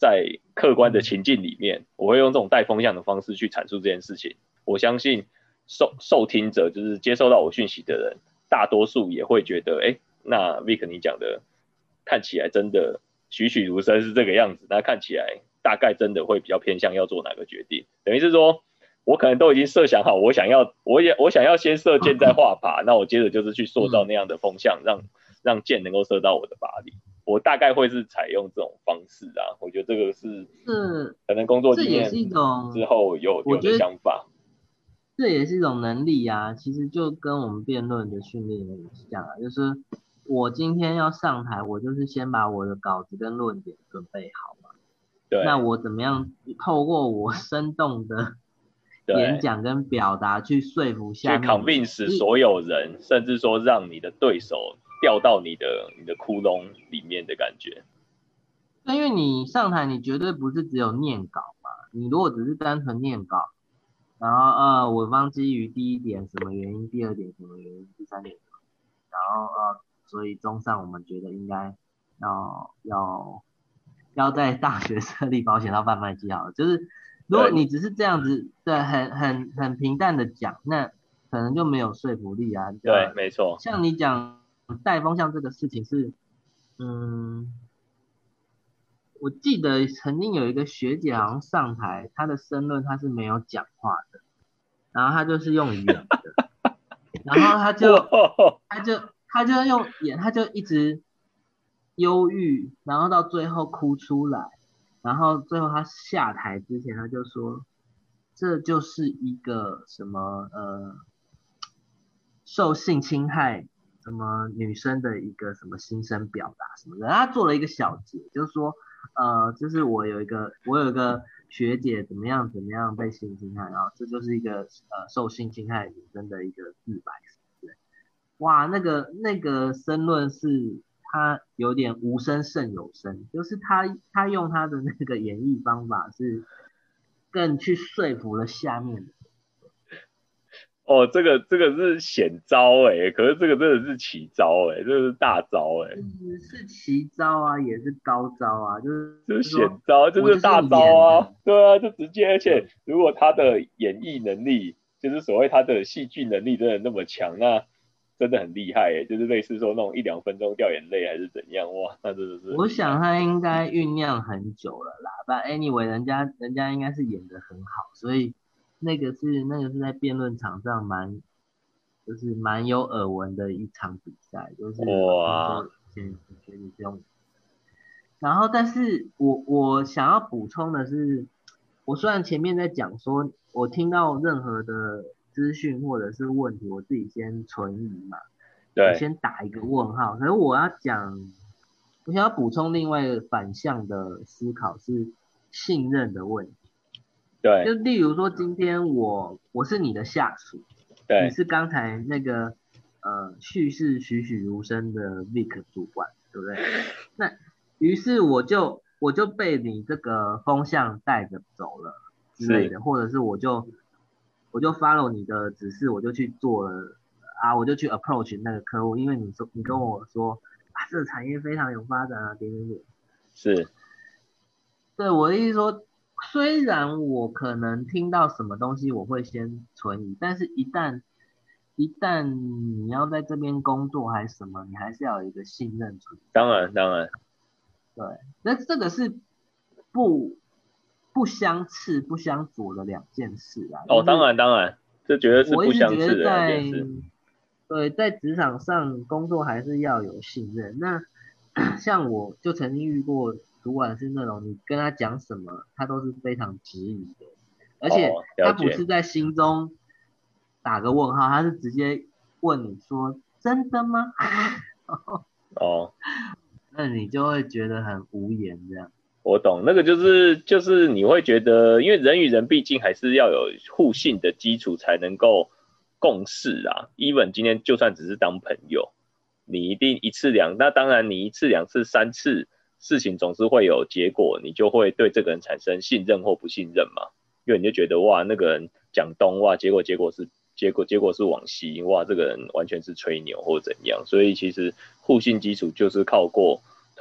[SPEAKER 1] 在客观的情境里面，我会用这种带风向的方式去阐述这件事情。我相信受受听者，就是接收到我讯息的人，大多数也会觉得，哎，那 Vic 你讲的看起来真的栩栩如生是这个样子，那看起来大概真的会比较偏向要做哪个决定，等于是说我可能都已经设想好，我想要我也我想要先射箭再画靶，那我接着就是去塑造那样的风向，让让箭能够射到我的靶里。我大概会是采用这种方式啊，我觉得这个是
[SPEAKER 2] 是
[SPEAKER 1] 可能工作经验
[SPEAKER 2] 这也是一种
[SPEAKER 1] 之后有有的想法。
[SPEAKER 2] 这也是一种能力啊，其实就跟我们辩论的训练很像啊，就是我今天要上台，我就是先把我的稿子跟论点准备好嘛。
[SPEAKER 1] 对。
[SPEAKER 2] 那我怎么样透过我生动的演讲跟表达去说服下面，
[SPEAKER 1] 去 convince 所有人，甚至说让你的对手掉到你的你的窟窿里面的感觉。
[SPEAKER 2] 因为你上台，你绝对不是只有念稿嘛，你如果只是单纯念稿。然后呃，我方基于第一点什么原因，第二点什么原因，第三点什么原因，然后呃，所以综上我们觉得应该要要要在大学设立保险套贩卖机好了。就是如果你只是这样子，对，很很很平淡的讲，那可能就没有说服力啊。
[SPEAKER 1] 对，没错。
[SPEAKER 2] 像你讲带风向这个事情是，嗯。我记得曾经有一个学姐好像上台，她的申论她是没有讲话的，然后她就是用演的，然后她就她就她就用演，她就一直忧郁，然后到最后哭出来，然后最后她下台之前，她就说，这就是一个什么呃受性侵害什么女生的一个什么心声表达什么的，她做了一个小结，就是说。呃，就是我有一个我有一个学姐怎么样怎么样被性侵害，然后这就是一个呃受性侵害女生的一个自白。对，哇，那个那个申论是他有点无声胜有声，就是他他用他的那个演绎方法是更去说服了下面的。
[SPEAKER 1] 哦，这个这个是险招哎、欸，可是这个真的是奇招哎、欸，这是大招哎、欸，
[SPEAKER 2] 是奇招啊，也是高招啊，就是
[SPEAKER 1] 就是险招，就是大招啊，对啊，就直接，而且如果他的演绎能力，就是所谓他的戏剧能力真的那么强，那真的很厉害哎、欸，就是类似说那种一两分钟掉眼泪还是怎样，哇，那真的是。
[SPEAKER 2] 我想他应该酝酿很久了啦，但 anyway 人家人家应该是演得很好，所以那个是那个是在辩论场上蛮就是蛮有耳闻的一场比赛，就是
[SPEAKER 1] 哇，
[SPEAKER 2] 先学你这种。然后，但是我我想要补充的是，我虽然前面在讲说，我听到任何的资讯或者是问题，我自己先存疑嘛，我先打一个问号。可是我要讲，我想要补充另外一个反向的思考是信任的问题。
[SPEAKER 1] 对，
[SPEAKER 2] 就例如说，今天我我是你的下属，
[SPEAKER 1] 对，
[SPEAKER 2] 你是刚才那个呃叙事栩栩如生的 Vic 主管，对不对？那于是我就我就被你这个风向带着走了之类的，或者是我就我就 follow 你的指示，我就去做了啊，我就去 approach 那个客户，因为你说你跟我说啊，这个产业非常有发展啊，点点点。
[SPEAKER 1] 是。
[SPEAKER 2] 对，我的意思说，虽然我可能听到什么东西我会先存疑，但是一旦一旦你要在这边工作还是什么，你还是要有一个信任存在。
[SPEAKER 1] 当然，当然。
[SPEAKER 2] 对，那这个是不不相斥、不相左的两件事啊。
[SPEAKER 1] 哦，当然，当然，这绝对是不相斥的两件事。
[SPEAKER 2] 对，在职场上工作还是要有信任。那像我就曾经遇过主管是那种你跟他讲什么，他都是非常质疑的，而且他不是在心中打个问号，他是直接问你说真的吗？
[SPEAKER 1] 哦。
[SPEAKER 2] 那你就会觉得很无言这样。
[SPEAKER 1] 我懂，那个就是就是你会觉得，因为人与人毕竟还是要有互信的基础才能够共事啊。even 今天就算只是当朋友，你一定一次两，那当然你一次两次三次，事情总是会有结果，你就会对这个人产生信任或不信任嘛。因为你就觉得哇，那个人讲东哇，结果结果是结果结果是往西，哇，这个人完全是吹牛或怎样。所以其实互信基础就是靠过。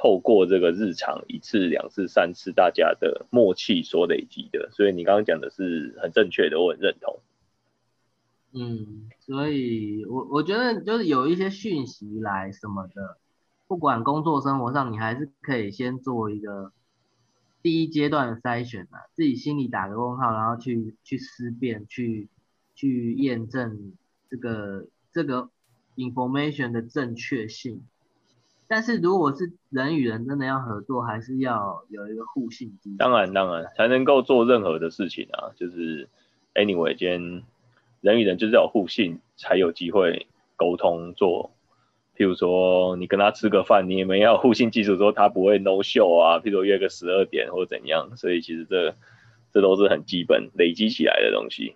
[SPEAKER 1] 透过这个日常一次、两次、三次大家的默契所累积的，所以你刚刚讲的是很正确的，我很认同。
[SPEAKER 2] 嗯，所以我我觉得就是有一些讯息来什么的，不管工作生活上，你还是可以先做一个第一阶段的筛选啊，自己心里打个问号，然后去去思辨，去去验证这个这个 information 的正确性。但是如果是人与人真的要合作，还是要有一个互信基础。
[SPEAKER 1] 当然，当然才能够做任何的事情啊，就是 anyway，今天人与人就是要有互信，才有机会沟通做。譬如说，你跟他吃个饭，你也没要互信基础，说他不会 no show 啊，譬如说约个十二点或怎样，所以其实这这都是很基本累积起来的东西。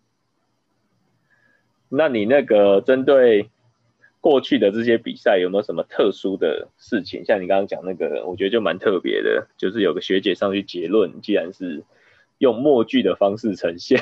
[SPEAKER 1] 那你那个针对过去的这些比赛有没有什么特殊的事情？像你刚刚讲那个，我觉得就蛮特别的，就是有个学姐上去结论，既然是用默剧的方式呈现，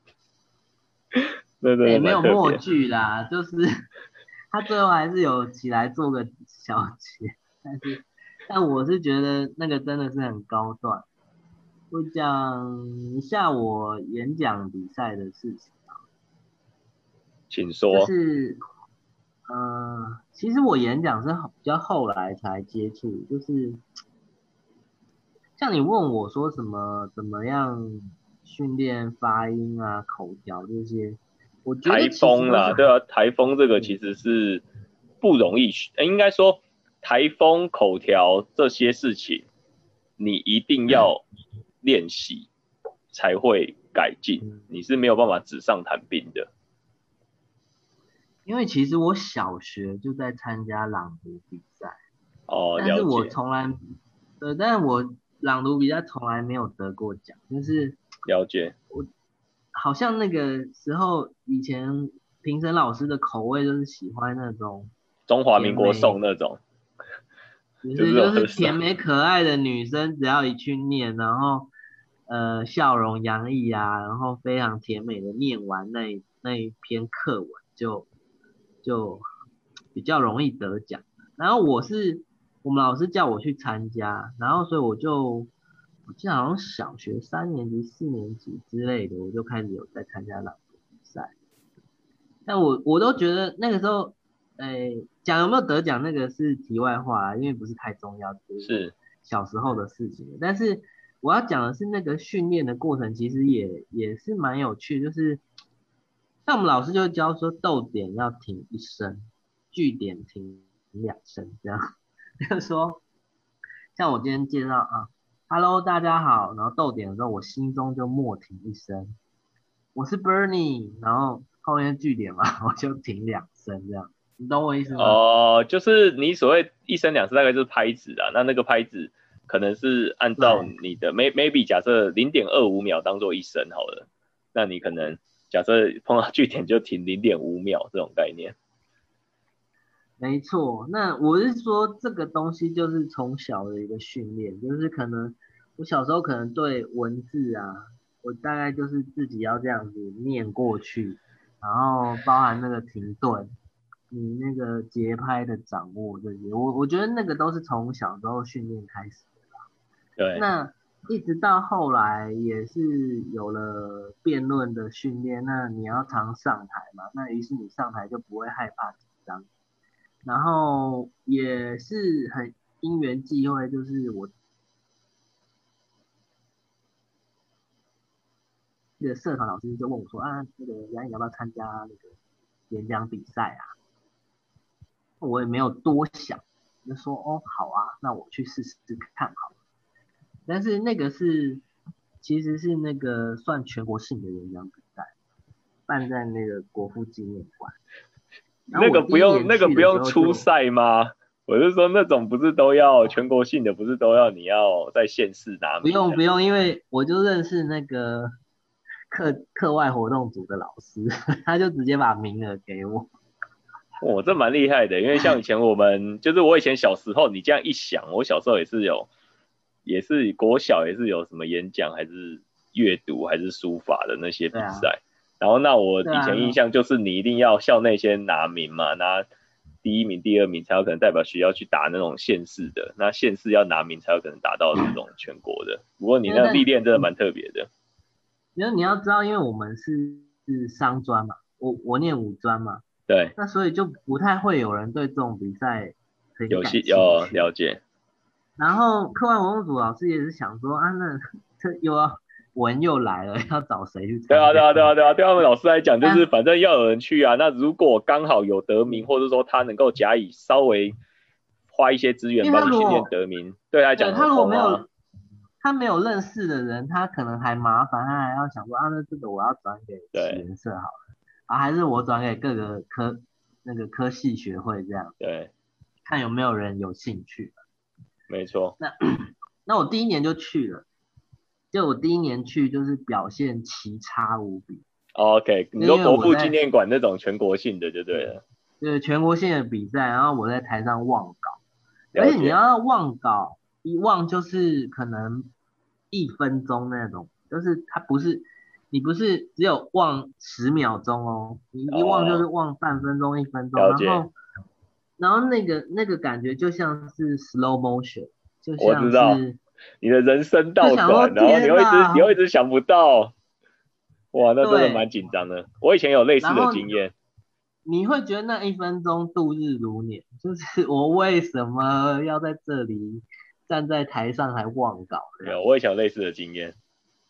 [SPEAKER 1] 那真的
[SPEAKER 2] 也没有
[SPEAKER 1] 蛮特别。
[SPEAKER 2] 默剧啦，就是他最后还是有起来做个小结，但是但我是觉得那个真的是很高段。我讲一下我演讲比赛的事情啊，
[SPEAKER 1] 请说。
[SPEAKER 2] 就是呃，其实我演讲是比较后来才接触，就是像你问我说什么怎么样训练发音啊、口条这些，我觉
[SPEAKER 1] 台
[SPEAKER 2] 得其实
[SPEAKER 1] 风啦，
[SPEAKER 2] 都是
[SPEAKER 1] 对啊，台风这个其
[SPEAKER 2] 嗯
[SPEAKER 1] 实是不容易，应该说台风口条这些事情，你一定要练习才会改进，
[SPEAKER 2] 嗯，
[SPEAKER 1] 你是没有办法纸上谈兵的。
[SPEAKER 2] 因为其实我小学就在参加朗读比赛，
[SPEAKER 1] 哦，
[SPEAKER 2] 但是我
[SPEAKER 1] 了解
[SPEAKER 2] 从来，呃，但是我朗读比赛从来没有得过奖，就是
[SPEAKER 1] 了解。
[SPEAKER 2] 我好像那个时候以前评审老师的口味就是喜欢那种
[SPEAKER 1] 中华民国
[SPEAKER 2] 甜美，
[SPEAKER 1] 颂那种，就是
[SPEAKER 2] 只是
[SPEAKER 1] 这种很少。
[SPEAKER 2] 就是甜美可爱的女生，只要一去念，然后呃笑容洋溢啊，然后非常甜美的念完那那一篇课文就就比较容易得奖。然后我是我们老师叫我去参加，然后所以我就我记得好像小学三年级、四年级之类的，我就开始有在参加朗读比赛。但我我都觉得那个时候，诶，奖有没有得奖那个是题外话啊，因为不是太重要，只是
[SPEAKER 1] 是
[SPEAKER 2] 小时候的事情。但是我要讲的是那个训练的过程，其实也也是蛮有趣，就是像我们老师就会教说逗点要停一声，句点停两声，这样。就是说，像我今天介绍啊，Hello 大家好，然后逗点的时候，我心中就默停一声，我是 Bernie，然后后面句点嘛，我就停两声这样，你懂我意思吗？
[SPEAKER 1] 哦，就是你所谓一声两声大概就是拍子啊，那那个拍子可能是按照
[SPEAKER 2] 对，
[SPEAKER 1] 你的 may maybe 假设零点二五秒当做一声好了，那你可能假设碰到句点就停零点五秒这种概念。
[SPEAKER 2] 没错。那我是说这个东西就是从小的一个训练，就是可能我小时候可能对文字啊，我大概就是自己要这样子念过去，然后包含那个停顿，你那个节拍的掌握这些，我我觉得那个都是从小时候训练开始。
[SPEAKER 1] 对。
[SPEAKER 2] 那一直到后来也是有了辩论的训练，那你要常上台嘛，那于是你上台就不会害怕紧张，然后也是很因缘际会，就是我的社团老师就问我说啊，那个杨颖要不要参加那个演讲比赛啊？我也没有多想，就说哦好啊，那我去试试看好了。但是那个是其实是那个算全国性的演讲比赛，办在那个国父纪念馆。然后
[SPEAKER 1] 那个不
[SPEAKER 2] 我第一
[SPEAKER 1] 用那个不
[SPEAKER 2] 年去的时
[SPEAKER 1] 用初
[SPEAKER 2] 候就，
[SPEAKER 1] 赛吗？我是说那种不是都要全国性的，不是都要你要在县市拿
[SPEAKER 2] 不
[SPEAKER 1] 名的？
[SPEAKER 2] 用不用，因为我就认识那个课课外活动组的老师，他就直接把名额给我。
[SPEAKER 1] 哦，这蛮厉害的，因为像以前我们就是我以前小时候，你这样一想，我小时候也是有，也是国小也是有什么演讲还是阅读还是书法的那些
[SPEAKER 2] 对啊，
[SPEAKER 1] 比赛。然后那我
[SPEAKER 2] 对啊，
[SPEAKER 1] 以前印象就是你一定要校内先拿名嘛，拿第一名、第二名才有可能代表学校去打那种县市的，那县市要拿名才有可能达到这种全国的。不过你那个历练真的蛮特别的。
[SPEAKER 2] 因为你要知道，因为我们是是商专嘛，我我念五专嘛，
[SPEAKER 1] 对，
[SPEAKER 2] 那所以就不太会有人对这种比赛很
[SPEAKER 1] 有兴
[SPEAKER 2] 感兴趣。
[SPEAKER 1] 要了解。
[SPEAKER 2] 然后课外活动组老师也是想说啊，那这又要文又来了，要找谁去参加？
[SPEAKER 1] 对啊，对啊，对啊，对啊，对他们老师来讲，就是
[SPEAKER 2] 但
[SPEAKER 1] 反正要有人去啊。那如果刚好有得名，或者说他能够假以稍微花一些资源
[SPEAKER 2] 因为
[SPEAKER 1] 帮你训练
[SPEAKER 2] 他如果
[SPEAKER 1] 得名，对他来讲
[SPEAKER 2] 对他
[SPEAKER 1] 很轰啊。
[SPEAKER 2] 如果没有他没有认识的人，他可能还麻烦，他还要想说啊，那这个我要转给体
[SPEAKER 1] 对
[SPEAKER 2] 颜社好了，啊，还是我转给各个科那个科系学会这样，
[SPEAKER 1] 对，
[SPEAKER 2] 看有没有人有兴趣。
[SPEAKER 1] 没错。
[SPEAKER 2] 那那我第一年就去了，就我第一年去就是表现奇差无比。
[SPEAKER 1] OK，你
[SPEAKER 2] 就
[SPEAKER 1] 说国父纪
[SPEAKER 2] 因为我在
[SPEAKER 1] 念馆那种全国性的就对了。
[SPEAKER 2] 就是全国性的比赛，然后我在台上忘稿，而
[SPEAKER 1] 了解。
[SPEAKER 2] 且你要忘稿，一忘就是可能一分钟那种，就是它不是你不是只有忘十秒钟哦，你一忘就是
[SPEAKER 1] 哦，
[SPEAKER 2] 忘半分钟、一分钟，
[SPEAKER 1] 了解。
[SPEAKER 2] 然后然后那个那个感觉就像是 slow motion，就
[SPEAKER 1] 我知道
[SPEAKER 2] 像是
[SPEAKER 1] 你的人生
[SPEAKER 2] 就想说
[SPEAKER 1] 倒转，然后你
[SPEAKER 2] 天
[SPEAKER 1] 会一直你
[SPEAKER 2] 哪，
[SPEAKER 1] 会一直想不到。哇，那真的蛮
[SPEAKER 2] 对，
[SPEAKER 1] 紧张的。我以前有类似
[SPEAKER 2] 然后
[SPEAKER 1] 的经验。
[SPEAKER 2] 你会觉得那一分钟度日如年，就是我为什么要在这里站在台上还忘稿这样，
[SPEAKER 1] 有，我以前有类似的经验。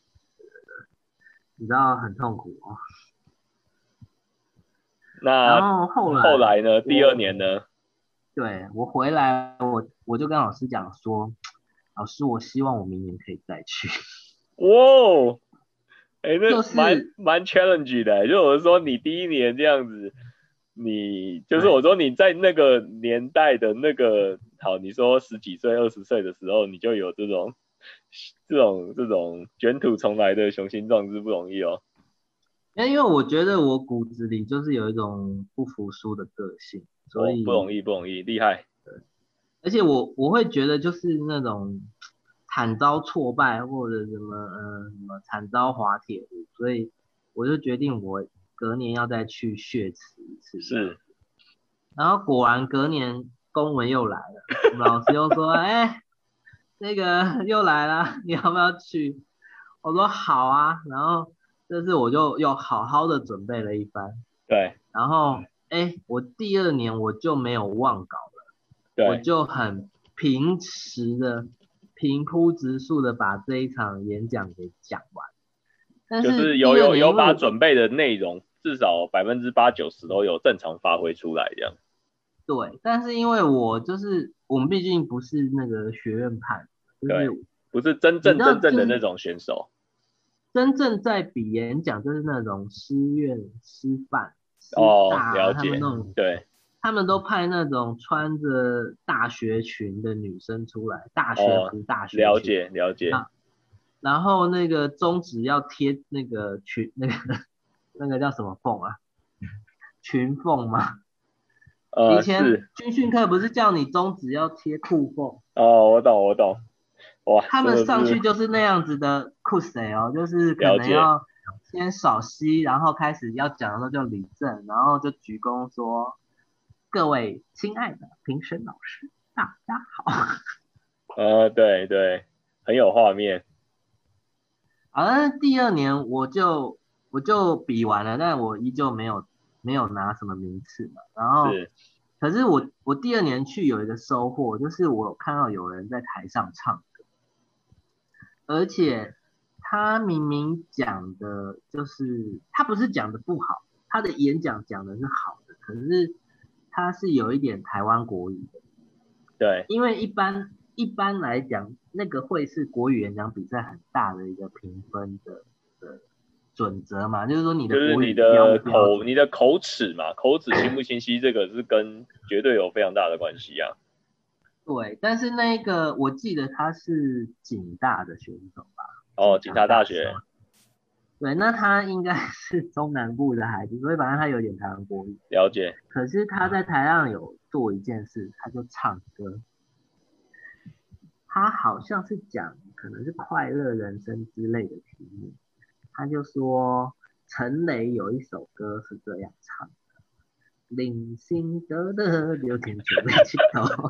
[SPEAKER 2] 你知道很痛苦哦。然
[SPEAKER 1] 那
[SPEAKER 2] 后后来
[SPEAKER 1] 后来呢？第二
[SPEAKER 2] 我
[SPEAKER 1] 年呢？
[SPEAKER 2] 对我回来，我我就跟老师讲说，老师，我希望我明年可以再去。
[SPEAKER 1] 哇，哎，
[SPEAKER 2] 就
[SPEAKER 1] 那蛮
[SPEAKER 2] 是
[SPEAKER 1] 蛮 challenge 的欸。就我说你第一年这样子，你就是我
[SPEAKER 2] 对
[SPEAKER 1] 说你在那个年代的那个，好，你说十几岁、二十岁的时候，你就有这种这种这种卷土重来的雄心壮志，不容易哦。
[SPEAKER 2] 因为因为我觉得我骨子里就是有一种不服输的个性，所
[SPEAKER 1] 哦，不容
[SPEAKER 2] 以
[SPEAKER 1] 易，不容易，厉害。
[SPEAKER 2] 而且我我会觉得就是那种惨遭挫败或者什么呃什么惨遭滑铁卢，所以我就决定我隔年要再去血池一次这样。
[SPEAKER 1] 是。
[SPEAKER 2] 然后果然隔年公文又来了，我们老师又说，哎，那个又来了，你要不要去？我说好啊，然后这次我就又好好的准备了一番，
[SPEAKER 1] 对
[SPEAKER 2] 然后哎，我第二年我就没有忘稿了，我
[SPEAKER 1] 对，
[SPEAKER 2] 就很平实的、平铺直述的把这一场演讲给讲完。但
[SPEAKER 1] 就
[SPEAKER 2] 是
[SPEAKER 1] 是有有
[SPEAKER 2] 第二年，
[SPEAKER 1] 有把
[SPEAKER 2] 因为我
[SPEAKER 1] 准备的内容至少百分之八九十都有正常发挥出来，这样。
[SPEAKER 2] 对，但是因为我就是我们毕竟不是那个学院派，就
[SPEAKER 1] 对，
[SPEAKER 2] 是
[SPEAKER 1] 不是真正
[SPEAKER 2] 你知道，
[SPEAKER 1] 真正
[SPEAKER 2] 就是
[SPEAKER 1] 的那种选手。
[SPEAKER 2] 真正在比演讲，就是那种师院、师范、师
[SPEAKER 1] 哦，
[SPEAKER 2] 大，他们
[SPEAKER 1] 了解。
[SPEAKER 2] 那种，
[SPEAKER 1] 对。
[SPEAKER 2] 他们都派那种穿着大学裙的女生出来，大学
[SPEAKER 1] 哦，
[SPEAKER 2] 服、大学裙，
[SPEAKER 1] 了解了解。
[SPEAKER 2] 啊，然后那个中指要贴那个裙，那个那个叫什么缝啊？裙缝吗？以
[SPEAKER 1] 呃，是。
[SPEAKER 2] 前军训课不是叫你中指要贴裤缝？
[SPEAKER 1] 哦，我懂我懂。哇，
[SPEAKER 2] 他们
[SPEAKER 1] 真的是
[SPEAKER 2] 上去就是那样子的酷谁哦，就是可
[SPEAKER 1] 了解。
[SPEAKER 2] 能要先少吸，然后开始要讲的时候就立正，然后就鞠躬说：“各位亲爱的评审老师，大家好。”
[SPEAKER 1] 呃，对对，很有画面。
[SPEAKER 2] 好像第二年我就我就比完了，但我依旧没有没有拿什么名次嘛。然后，
[SPEAKER 1] 是。
[SPEAKER 2] 可是我我第二年去有一个收获，就是我有看到有人在台上唱。而且他明明讲的就是他不是讲的不好，他的演讲讲的是好的，可是他是有一点台湾国语的，
[SPEAKER 1] 对，
[SPEAKER 2] 因为一般一般来讲，那个会是国语演讲比赛很大的一个评分的的准则嘛，就是说你的
[SPEAKER 1] 就是
[SPEAKER 2] 国语标不
[SPEAKER 1] 你的
[SPEAKER 2] 标准。
[SPEAKER 1] 口你的口齿嘛，口齿清不清晰，这个是跟绝对有非常大的关系啊。
[SPEAKER 2] 对，但是那个我记得他是警大的选手吧，
[SPEAKER 1] 哦，
[SPEAKER 2] 警
[SPEAKER 1] 警察大
[SPEAKER 2] 大大学。
[SPEAKER 1] 学。
[SPEAKER 2] 对，那他应该是中南部的孩子，所以反正他有点台湾国语。
[SPEAKER 1] 了解。
[SPEAKER 2] 可是他在台上有做一件事，他就唱歌。他好像是讲可能是快乐人生之类的题目，他就说陈雷有一首歌是这样唱的： 零星得的六天九被气头。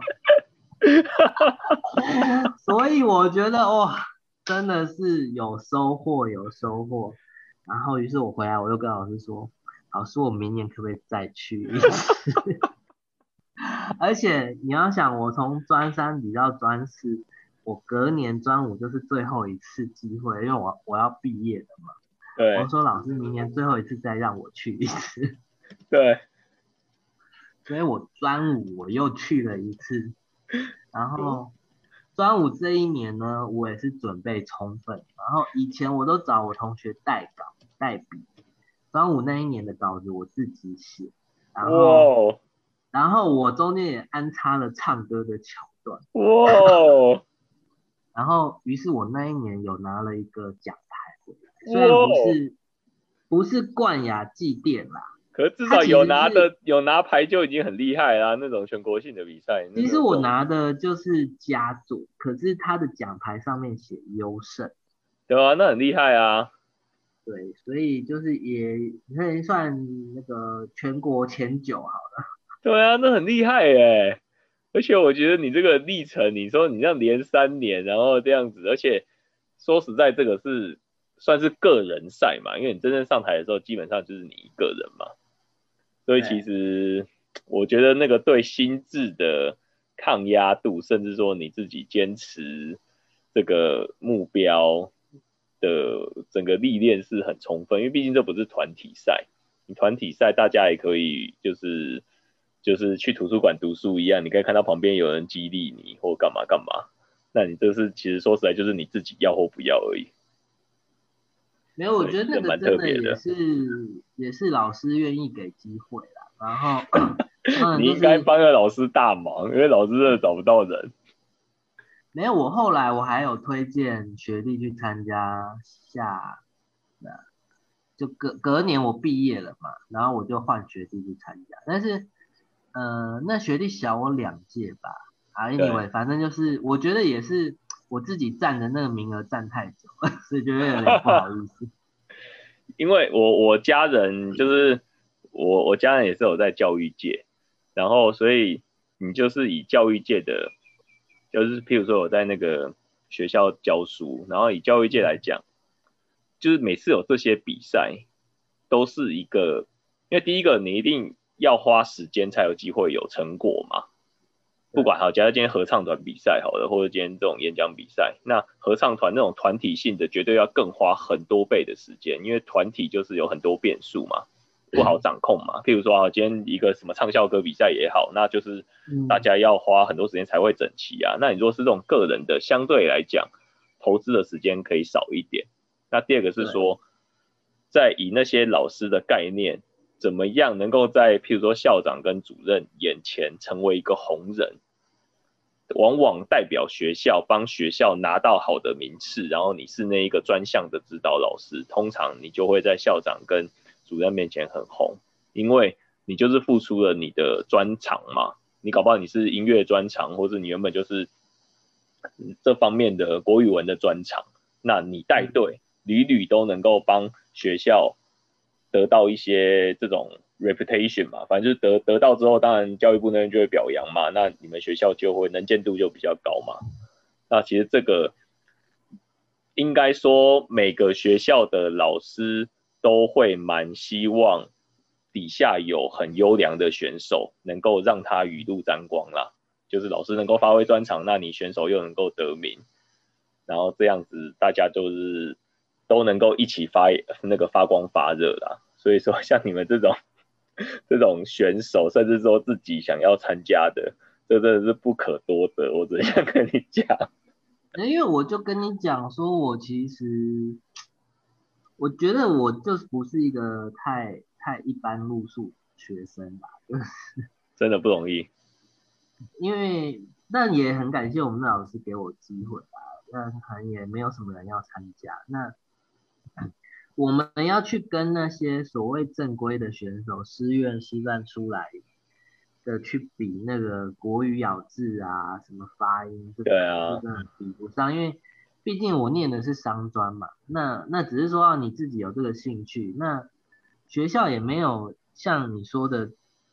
[SPEAKER 2] 所以我觉得哇，真的是有收获，有收获。然后于是我回来，我就跟老师说，老师，我明年可不可以再去一次？而且你要想，我从专三比到专四，我隔年专五就是最后一次机会，因为我我要毕业了嘛。我
[SPEAKER 1] 对
[SPEAKER 2] 说老师，明年最后一次再让我去一次。
[SPEAKER 1] 对，
[SPEAKER 2] 所以我专五我又去了一次，然后专五这一年呢，我也是准备充分，然后以前我都找我同学代稿代笔，专五那一年的稿子我自己写，然后
[SPEAKER 1] 哇
[SPEAKER 2] 然后我中间也安插了唱歌的桥段，
[SPEAKER 1] 哇
[SPEAKER 2] 然后于是我那一年有拿了一个奖牌回来，虽然不
[SPEAKER 1] 哇！
[SPEAKER 2] 是不是冠亚季店啦，
[SPEAKER 1] 可是至
[SPEAKER 2] 它其
[SPEAKER 1] 少有
[SPEAKER 2] 实是
[SPEAKER 1] 拿的有拿牌就已经很厉害啦，那种全国性的比赛，那
[SPEAKER 2] 其实我
[SPEAKER 1] 种这种
[SPEAKER 2] 拿的就是佳作，可是他的奖牌上面写优胜，
[SPEAKER 1] 对啊，那很厉害啊。
[SPEAKER 2] 对，所以就是也可以算那个全国前九好了。
[SPEAKER 1] 对啊，那很厉害耶！而且我觉得你这个历程，你说你这样连三年，然后这样子，而且说实在，这个是算是个人赛嘛，因为你真正上台的时候，基本上就是你一个人嘛。所以其
[SPEAKER 2] 对，
[SPEAKER 1] 实我觉得那个对心智的抗压度，甚至说你自己坚持这个目标的整个历练是很充分，因为毕竟这不是团体赛，你团体赛大家也可以就是就是去图书馆读书一样，你可以看到旁边有人激励你或干嘛干嘛，那你这是其实说实在就是你自己要或不要而已，
[SPEAKER 2] 没有，我
[SPEAKER 1] 对，
[SPEAKER 2] 觉得那个
[SPEAKER 1] 这蛮
[SPEAKER 2] 真的也
[SPEAKER 1] 特别的。
[SPEAKER 2] 是也是老师愿意给机会啦。然后当然
[SPEAKER 1] 你应该
[SPEAKER 2] 就是
[SPEAKER 1] 帮个老师大忙，因为老师真的找不到人。
[SPEAKER 2] 没有，我后来我还有推荐学弟去参加下，就隔隔年我毕业了嘛，然后我就换学弟去参加，但是呃那学弟小我两届吧，啊
[SPEAKER 1] 对，
[SPEAKER 2] anyway 反正就是我觉得也是我自己占的那个名额占太久了，所以觉得有点不好意思。
[SPEAKER 1] 因为我我家人就是我我家人也是有在教育界，然后所以你就是以教育界的，就是譬如说我在那个学校教书，然后以教育界来讲，就是每次有这些比赛，都是一个，因为第一个你一定要花时间才有机会有成果嘛，不
[SPEAKER 2] 对
[SPEAKER 1] 管好，假如今天合唱团比赛好了，或者今天这种演讲比赛，那合唱团那种团体性的，绝对要更花很多倍的时间，因为团体就是有很多变数嘛，不好掌控嘛。譬如说啊，今天一个什么唱校歌比赛也好，那就是大
[SPEAKER 2] 嗯
[SPEAKER 1] 家要花很多时间才会整齐啊。那你如果是这种个人的，相对来讲，投资的时间可以少一点。那第二个是
[SPEAKER 2] 对
[SPEAKER 1] 说，在以那些老师的概念，怎么样能够在譬如说校长跟主任眼前成为一个红人，往往代表学校，帮学校拿到好的名次，然后你是那一个专项的指导老师，通常你就会在校长跟主任面前很红，因为你就是付出了你的专长嘛。你搞不好你是音乐专长，或者你原本就是这方面的国语文的专长，那你带
[SPEAKER 2] 嗯
[SPEAKER 1] 队屡屡都能够帮学校得到一些这种 reputation 嘛，反正就是得得到之后，当然教育部那边就会表扬嘛，那你们学校就会能见度就比较高嘛。那其实这个应该说每个学校的老师都会蛮希望底下有很优良的选手，能够让他雨露沾光啦。就是老师能够发挥专长，那你选手又能够得名，然后这样子大家就是都能够一起发那个发光发热啦。所以说像你们这种这种选手，甚至说自己想要参加的，这真的是不可多得。我只能想跟你讲，
[SPEAKER 2] 因为我就跟你讲说，我其实我觉得我就是不是一个太太一般路数学生吧，
[SPEAKER 1] 真的不容易。
[SPEAKER 2] 因为但也很感谢我们的老师给我机会吧，那可能也没有什么人要参加，那我们要去跟那些所谓正规的选手，师院、师范出来的去比那个国语咬字啊，什么发音这种，就
[SPEAKER 1] 对啊，
[SPEAKER 2] 真的比不上，因为毕竟我念的是商专嘛，那那只是说啊你自己有这个兴趣，那学校也没有像你说的，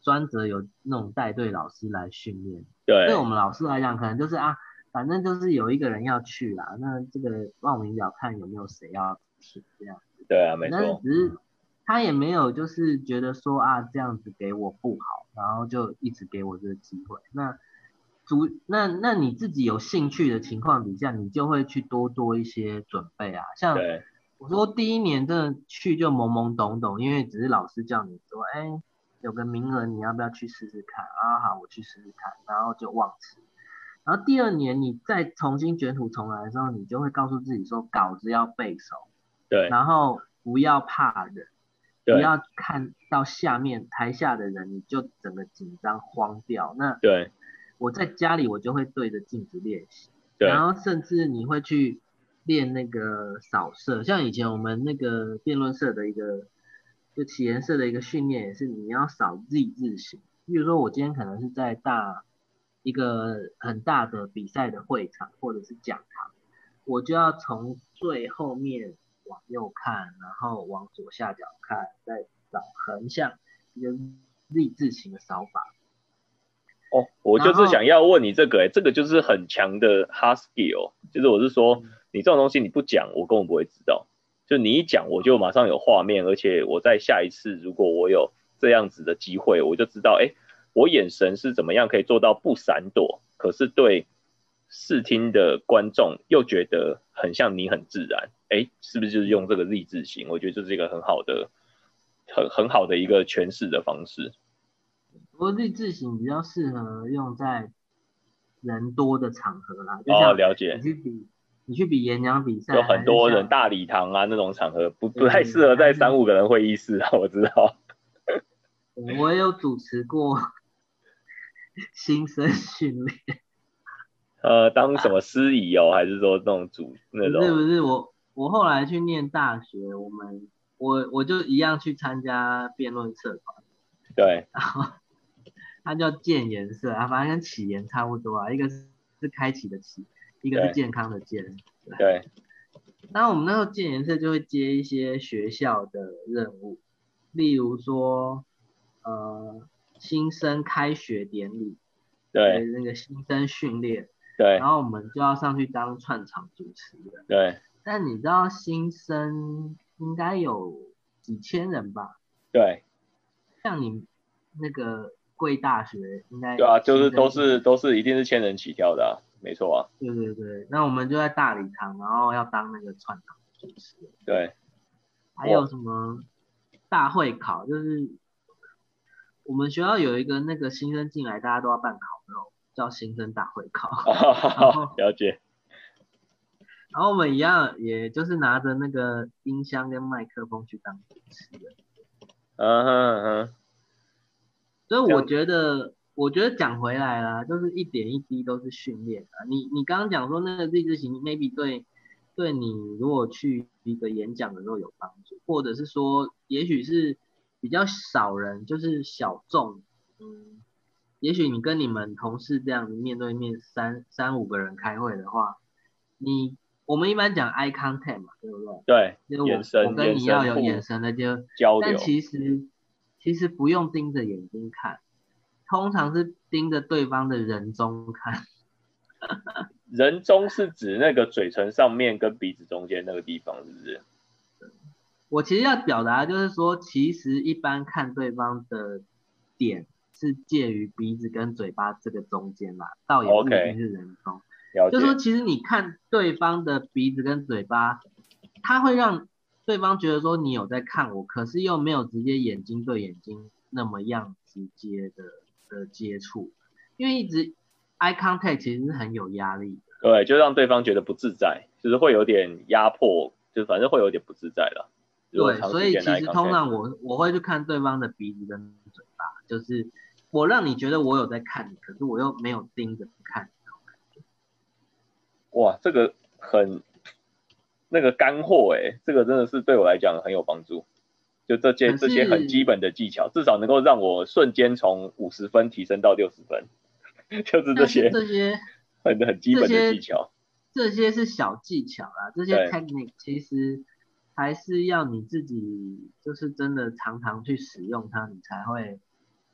[SPEAKER 2] 专责有那种带队老师来训练。
[SPEAKER 1] 对，
[SPEAKER 2] 对我们老师来讲，可能就是啊，反正就是有一个人要去啦，那这个报名表看有没有谁要去这样子。
[SPEAKER 1] 对啊，没
[SPEAKER 2] 但是
[SPEAKER 1] 错，
[SPEAKER 2] 只是他也没有就是觉得说啊这样子给我不好，然后就一直给我这个机会。那主那那你自己有兴趣的情况底下，你就会去多做一些准备啊。像
[SPEAKER 1] 对
[SPEAKER 2] 我说第一年真的去就懵懵懂懂，因为只是老师叫你说，哎，有个名额你要不要去试试看？啊好，我去试试看，然后就忘词。然后第二年你再重新卷土重来的时候，你就会告诉自己说稿子要背熟，
[SPEAKER 1] 对
[SPEAKER 2] 然后不要怕人，不
[SPEAKER 1] 对
[SPEAKER 2] 要看到下面台下的人你就整个紧张慌掉。那
[SPEAKER 1] 对
[SPEAKER 2] 我在家里我就会对着镜子练习，然
[SPEAKER 1] 对
[SPEAKER 2] 后甚至你会去练那个扫射，像以前我们那个辩论社的一个就起颜色的一个训练也是你要扫 Z 字形。比如说我今天可能是在大一个很大的比赛的会场或者是讲堂，我就要从最后面往右看，然后往左下角看，再扫横向一个 Z 字形的扫法。
[SPEAKER 1] 哦，我就是想要问你这个、欸，这个就是很强的 hard skill，就是我是说，你这种东西你不讲，我根本不会知道。就你一讲，我就马上有画面，而且我在下一次如果我有这样子的机会，我就知道，哎、欸，我眼神是怎么样可以做到不闪躲，可是对视听的观众又觉得很像你很自然，哎、欸，是不是就是用这个 Z 字形？我觉得这是一个很好的、很很好的一个诠释的方式。
[SPEAKER 2] 不过 Z 字形比较适合用在人多的场合啦，就
[SPEAKER 1] 哦，
[SPEAKER 2] 像
[SPEAKER 1] 了解。
[SPEAKER 2] 你去比你去比演讲比
[SPEAKER 1] 有
[SPEAKER 2] 赛，还
[SPEAKER 1] 很多人
[SPEAKER 2] 是像
[SPEAKER 1] 大礼堂啊那种场合不不太适
[SPEAKER 2] 对，
[SPEAKER 1] 合在
[SPEAKER 2] 还是
[SPEAKER 1] 三五个人会议室啊，我知道。
[SPEAKER 2] 我也有主持过新生训练。
[SPEAKER 1] 呃，当什么司仪哦，还是说那种主那种？
[SPEAKER 2] 不是不是，我我后来去念大学，我们我我就一样去参加辩论社团，
[SPEAKER 1] 对
[SPEAKER 2] 然后它叫健颜色啊，反正跟启颜差不多啊，一个是开启的启，一个是
[SPEAKER 1] 对
[SPEAKER 2] 健康的健。
[SPEAKER 1] 对
[SPEAKER 2] 那我们那时候建研社就会接一些学校的任务，例如说，呃，新生开学典礼的
[SPEAKER 1] 对
[SPEAKER 2] 那个新生训练，
[SPEAKER 1] 对
[SPEAKER 2] 然后我们就要上去当串场主持人。
[SPEAKER 1] 对
[SPEAKER 2] 但你知道新生应该有几千人吧？
[SPEAKER 1] 对
[SPEAKER 2] 像你那个贵大学应该
[SPEAKER 1] 对啊，就是都
[SPEAKER 2] 新生一
[SPEAKER 1] 是都是一定是千人起跳的啊，没错啊。
[SPEAKER 2] 对对对，那我们就在大礼堂，然后要当那个串场主持人。
[SPEAKER 1] 对，哇，
[SPEAKER 2] 还有什么大会考，就是我们学校有一个那个新生进来，大家都要办考那种叫新生大会考，然后
[SPEAKER 1] 了解。
[SPEAKER 2] 然后我们一样，也就是拿着那个音箱跟麦克风去当主持人。
[SPEAKER 1] 嗯哼哼，
[SPEAKER 2] 所以我
[SPEAKER 1] 这样
[SPEAKER 2] 觉得，我觉得讲回来啦，就是一点一滴都是训练啊。你你刚刚讲说那个 Z 字形，maybe 对对你如果去一个演讲的时候有帮助，或者是说，也许是比较少人，就是小众，嗯，也许你跟你们同事这样子面对面三三五个人开会的话，你我们一般讲 eye contact 嘛，对不对？
[SPEAKER 1] 对，
[SPEAKER 2] 就是我我
[SPEAKER 1] 眼神眼
[SPEAKER 2] 跟你要有眼
[SPEAKER 1] 神互
[SPEAKER 2] 神的交，但
[SPEAKER 1] 交流。
[SPEAKER 2] 其实其实不用盯着眼睛看，通常是盯着对方的人中看。
[SPEAKER 1] 人中是指那个嘴唇上面跟鼻子中间那个地方，是不是？
[SPEAKER 2] 我其实要表达就是说，其实一般看对方的点是介于鼻子跟嘴巴这个中间啦，倒也不一定
[SPEAKER 1] OK，
[SPEAKER 2] 是人中。
[SPEAKER 1] 了解。
[SPEAKER 2] 就是说，其实你看对方的鼻子跟嘴巴，它会让对方觉得说你有在看我，可是又没有直接眼睛对眼睛那么样直接的的接触，因为一直 eye contact 其实是很有压力的。
[SPEAKER 1] 对，就让对方觉得不自在，就是会有点压迫，就反正会有点不自在了。如果
[SPEAKER 2] 对，
[SPEAKER 1] 长时间的 eye
[SPEAKER 2] 所以其实通
[SPEAKER 1] contact，
[SPEAKER 2] 常我我会去看对方的鼻子跟嘴巴，就是我让你觉得我有在看你，可是我又没有盯着看你。
[SPEAKER 1] 哇，这个很那个干货哎，这个真的是对我来讲很有帮助。就这些
[SPEAKER 2] 可
[SPEAKER 1] 这些很基
[SPEAKER 2] 是，
[SPEAKER 1] 本的技巧，至少能够让我瞬间从五十分提升到六十分，就是这
[SPEAKER 2] 但是
[SPEAKER 1] 些
[SPEAKER 2] 这些
[SPEAKER 1] 很很基本的技
[SPEAKER 2] 这些
[SPEAKER 1] 巧。
[SPEAKER 2] 这些是小技巧啦，这些
[SPEAKER 1] 对，
[SPEAKER 2] technique 其实还是要你自己就是真的常常去使用它，你才会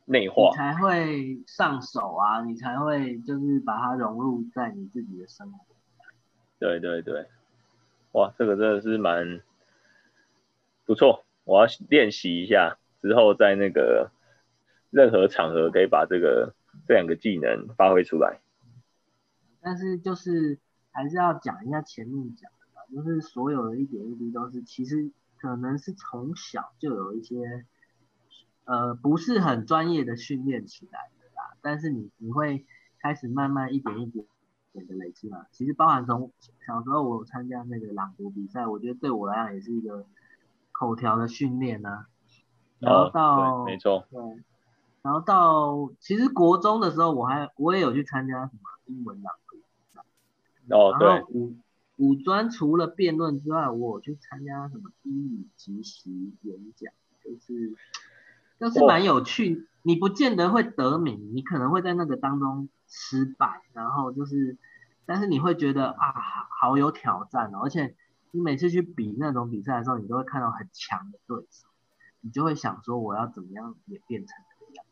[SPEAKER 1] 内化，
[SPEAKER 2] 你才会上手啊，你才会就是把它融入在你自己的生活。
[SPEAKER 1] 对对对，哇，这个真的是蛮不错，我要练习一下，之后在那个任何场合可以把这个这两个技能发挥出来。
[SPEAKER 2] 但是就是还是要讲一下前面讲的吧，就是所有的一点一滴都是，其实可能是从小就有一些呃不是很专业的训练起来的啦，但是你你会开始慢慢一点一点点的累积嘛。其实包含从小时候我参加那个朗读比赛，我觉得对我来讲也是一个口条的训练啊。然后
[SPEAKER 1] 哦，对，没
[SPEAKER 2] 到
[SPEAKER 1] 错，
[SPEAKER 2] 对，然后到其实国中的时候，我还我也有去参加什么英文朗读。
[SPEAKER 1] 哦，
[SPEAKER 2] 然
[SPEAKER 1] 对，
[SPEAKER 2] 后五五专除了辩论之外，我有去参加什么英语即席演讲，就是就是
[SPEAKER 1] 哇，
[SPEAKER 2] 蛮有趣。你不见得会得名，你可能会在那个当中失败，然后就是，但是你会觉得啊，好有挑战哦。而且你每次去比那种比赛的时候，你都会看到很强的对手，你就会想说我要怎么样也变成这个样。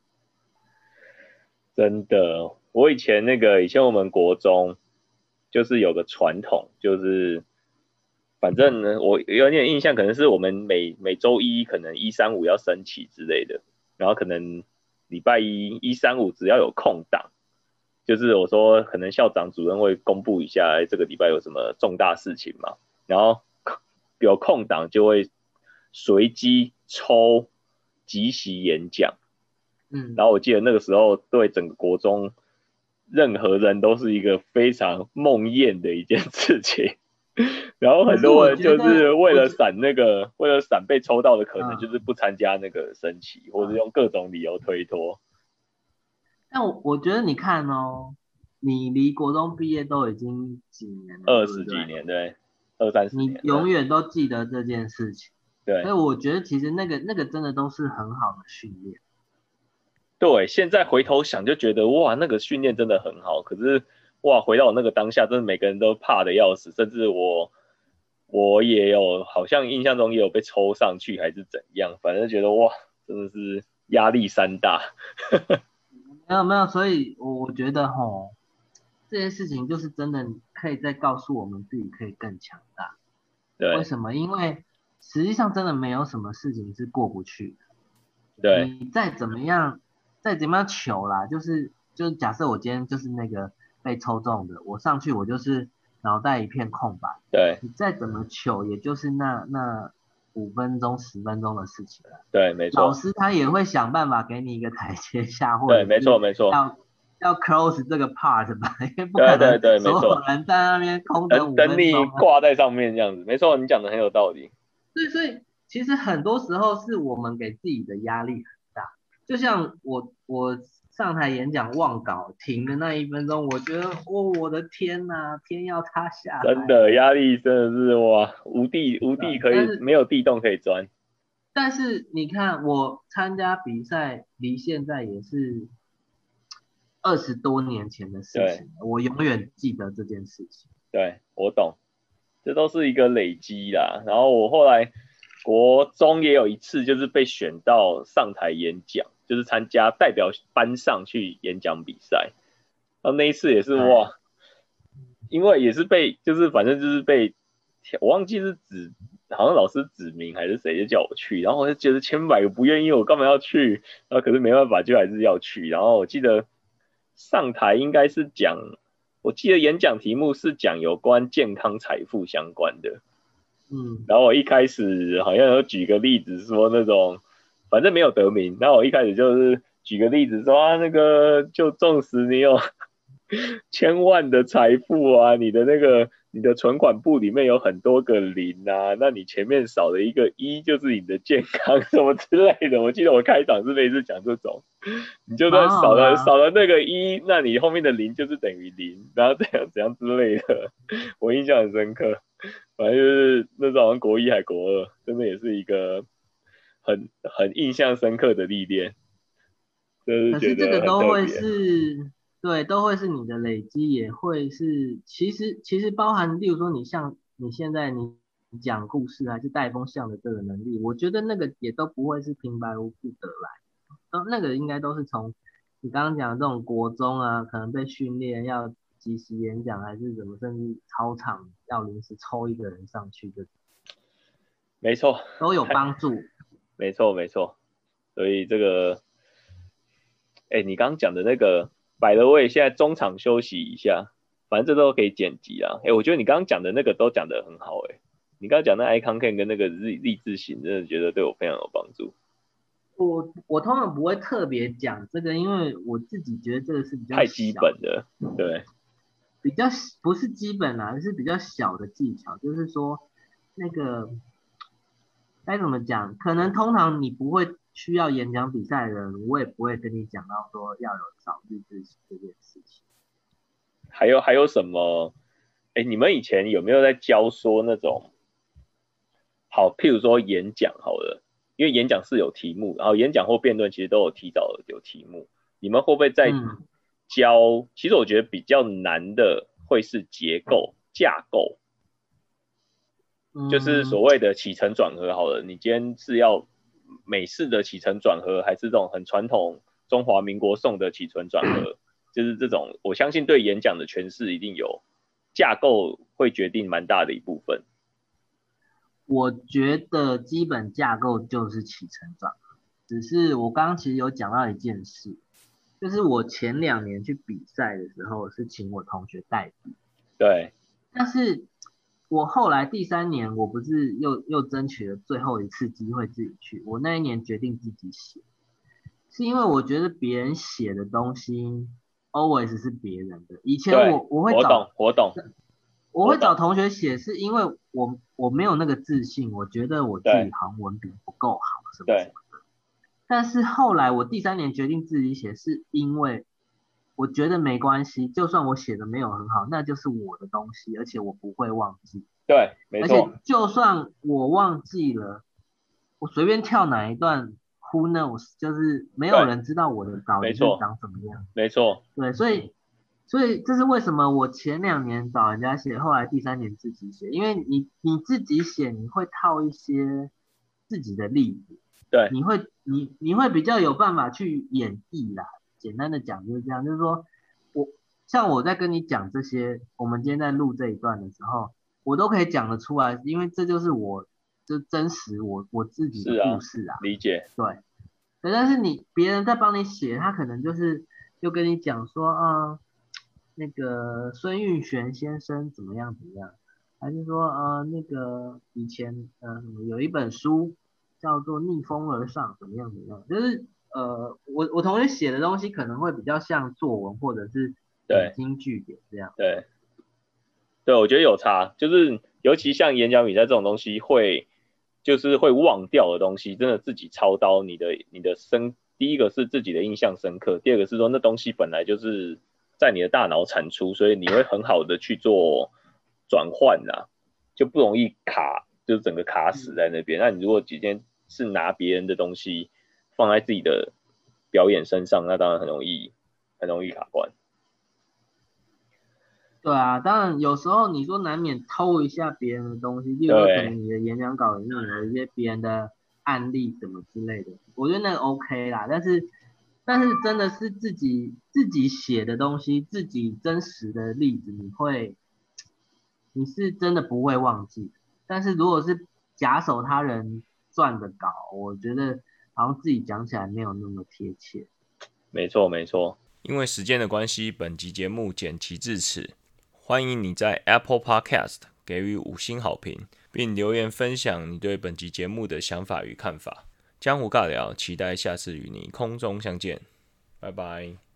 [SPEAKER 1] 真的，我以前那个以前我们国中就是有个传统，就是反正呢，我有点印象，可能是我们每每周一可能一三五要升旗之类的，然后可能礼拜一一三五只要有空档，就是我说可能校长主任会公布一下这个礼拜有什么重大事情嘛，然后有空档就会随机抽即席演讲，
[SPEAKER 2] 嗯，
[SPEAKER 1] 然后我记得那个时候对整个国中任何人都是一个非常梦魇的一件事情。然后很
[SPEAKER 2] 可是我
[SPEAKER 1] 多人就
[SPEAKER 2] 觉得，
[SPEAKER 1] 是为
[SPEAKER 2] 我觉
[SPEAKER 1] 了闪那个，为了闪被抽到的可能，就是
[SPEAKER 2] 嗯
[SPEAKER 1] 不参加那个升旗，或者
[SPEAKER 2] 嗯。
[SPEAKER 1] 用各种理由推脱。
[SPEAKER 2] 但我我觉得你看哦，你离国中毕业都已经几年了，
[SPEAKER 1] 二
[SPEAKER 2] 对不对？
[SPEAKER 1] 十几年，对，二三十年，对
[SPEAKER 2] 你永远都记得这件事情，所
[SPEAKER 1] 对
[SPEAKER 2] 以我觉得其实那个那个真的都是很好的训练。
[SPEAKER 1] 对。现在回头想就觉得哇，那个训练真的很好，可是哇，回到我那个当下，真的每个人都怕的要死，甚至我我也有好像印象中也有被抽上去还是怎样，反正觉得哇，真的是压力山大。
[SPEAKER 2] 没有没有，所以我我觉得吼，这件事情就是真的可以再告诉我们自己可以更强大。为
[SPEAKER 1] 对
[SPEAKER 2] 什么？因为实际上真的没有什么事情是过不去的。
[SPEAKER 1] 对
[SPEAKER 2] 你再怎么样，再怎么样求啦，就是就是假设我今天就是那个被抽中的，我上去我就是脑袋一片空白，
[SPEAKER 1] 对
[SPEAKER 2] 你再怎么求，也就是那那五分钟十分钟的事情了。
[SPEAKER 1] 对，没错，
[SPEAKER 2] 老师他也会想办法给你一个台阶下，或
[SPEAKER 1] 对，没错
[SPEAKER 2] 者是
[SPEAKER 1] 没错，
[SPEAKER 2] 要要 close 这个 part 吧，因为不可能
[SPEAKER 1] 对对对，没
[SPEAKER 2] 所有
[SPEAKER 1] 错。
[SPEAKER 2] 人在那边空等五
[SPEAKER 1] 等等
[SPEAKER 2] 分钟啊。
[SPEAKER 1] 你挂在上面这样子，没错，你讲的很有道理。
[SPEAKER 2] 对，所以其实很多时候是我们给自己的压力很大。就像我我上台演讲忘稿停的那一分钟，我觉得哦我的天呐，天要塌下
[SPEAKER 1] 真的
[SPEAKER 2] 来了。
[SPEAKER 1] 压力真的是哇，无地无地
[SPEAKER 2] 对，
[SPEAKER 1] 可
[SPEAKER 2] 但是
[SPEAKER 1] 以没有地洞可以钻。
[SPEAKER 2] 但是你看我参加比赛离现在也是二十多年前的事
[SPEAKER 1] 对
[SPEAKER 2] 情了，我永远记得这件事情。
[SPEAKER 1] 对，我懂，这都是一个累积啦。然后我后来国中也有一次，就是被选到上台演讲，就是参加代表班上去演讲比赛。然后那一次也是
[SPEAKER 2] 对，
[SPEAKER 1] 哇，因为也是被就是反正就是被我忘记是指好像老师指名还是谁就叫我去，然后我就觉得千百个不愿意，我干嘛要去？然后可是没办法，就还是要去。然后我记得上台应该是讲，我记得演讲题目是讲有关健康财富相关的。
[SPEAKER 2] 嗯，
[SPEAKER 1] 然后我一开始好像有举个例子说那种，反正没有得名。然后我一开始就是举个例子说啊，那个就纵使你有千万的财富啊，你的那个你的存款簿里面有很多个零啊，那你前面少了一个一，就是你的健康什么之类的。我记得我开场是类似讲这种，你就算
[SPEAKER 2] 蛮
[SPEAKER 1] 少
[SPEAKER 2] 好的啊。
[SPEAKER 1] 了少了那个一，那你后面的零就是等于零，然后怎样怎样之类的，我印象很深刻。反正就是那时候好像国一还国二，真的也是一个很很印象深刻的历练，就是
[SPEAKER 2] 可是这
[SPEAKER 1] 觉得很
[SPEAKER 2] 个都会
[SPEAKER 1] 特别。
[SPEAKER 2] 是，对，都会是你的累积，也会是，其实其实包含，例如说你像你现在你讲故事还是带风向的这个能力，我觉得那个也都不会是平白无故得来。 都那个应该都是从你刚刚讲的这种国中啊，可能被训练要即时演讲，还是什么，甚至操场要临时抽一个人上去的，
[SPEAKER 1] 没错，
[SPEAKER 2] 都有帮助。
[SPEAKER 1] 没错没错。所以这个，哎，你刚刚讲的那个by the way，现在中场休息一下，反正这都可以剪辑啊。哎，我觉得你刚刚讲的那个都讲得很好，哎，你刚刚讲那 eye content 跟那个励励志型，真的觉得对我非常有帮助。
[SPEAKER 2] 我我通常不会特别讲这个，因为我自己觉得这个是比较
[SPEAKER 1] 太基本的，对，
[SPEAKER 2] 比较不是基本啊，是比较小的技巧，就是说那个该怎么讲，可能通常你不会需要演讲比赛的人，我也不会跟你讲到说要有少励志型这件事情。
[SPEAKER 1] 还有还有什么？哎，你们以前有没有在教说那种好，譬如说演讲好了，因为演讲是有题目，然后演讲或辩论其实都有提早有题目。你们会不会在教？嗯、其实我觉得比较难的会是结构架构，
[SPEAKER 2] 嗯、
[SPEAKER 1] 就是所谓的起承转合好了。你今天是要美式的起承转合，还是这种很传统中华民国颂的起承转合？就是这种，我相信对演讲的诠释一定有架构会决定蛮大的一部分。
[SPEAKER 2] 我觉得基本架构就是起承转合，只是我刚刚其实有讲到一件事，就是我前两年去比赛的时候是请我同学代笔，
[SPEAKER 1] 对，
[SPEAKER 2] 但是我后来第三年我不是又又争取了最后一次机会自己去，我那一年决定自己写，是因为我觉得别人写的东西 always 是别人的，以前我我会找
[SPEAKER 1] 我懂，我懂。
[SPEAKER 2] 我会找同学写，是因为我我没有那个自信，我觉得我自己好像文笔不够好什么什么的。但是后来我第三年决定自己写，是因为我觉得没关系，就算我写的没有很好，那就是我的东西，而且我不会忘记。
[SPEAKER 1] 对，没错。
[SPEAKER 2] 而且就算我忘记了，我随便跳哪一段 ，Who knows， 就是没有人知道我的稿子是长什么样。
[SPEAKER 1] 没错。
[SPEAKER 2] 对，所以。所以这是为什么我前两年找人家写，后来第三年自己写，因为你你自己写，你会套一些自己的例子，
[SPEAKER 1] 对，
[SPEAKER 2] 你会你你会比较有办法去演绎啦。简单的讲就是这样，就是说我像我在跟你讲这些，我们今天在录这一段的时候，我都可以讲得出来，因为这就是我就真实我我自己的故事啊。
[SPEAKER 1] 啊理解。
[SPEAKER 2] 对，对，但是你别人在帮你写，他可能就是又跟你讲说啊。那个孙运璇先生怎么样怎么样，还是说呃那个以前呃有一本书叫做逆风而上怎么样怎么样，就是呃我我同学写的东西可能会比较像作文或者是引经据典这样。
[SPEAKER 1] 对，对，我觉得有差，就是尤其像演讲比赛这种东西会就是会忘掉的东西，真的自己操刀，你的你的深第一个是自己的印象深刻，第二个是说那东西本来就是在你的大脑产出，所以你会很好的去做转换啊，就不容易卡，就是整个卡死在那边。那你如果今天是拿别人的东西放在自己的表演身上，那当然很容易很容易卡关。
[SPEAKER 2] 对啊，当然有时候你说难免偷一下别人的东西，例如说可能你的演讲稿里面有一些别人的案例什么之类的，我觉得那个 OK 啦，但是。但是真的是自己自己写的东西，自己真实的例子，你会，你是真的不会忘记。但是如果是假手他人撰的稿，我觉得好像自己讲起来没有那么贴切。
[SPEAKER 1] 没错没错，因为时间的关系，本集节目剪辑至此。欢迎你在 Apple Podcast 给予五星好评，并留言分享你对本集节目的想法与看法。江湖尬聊，期待下次与你空中相见，拜拜。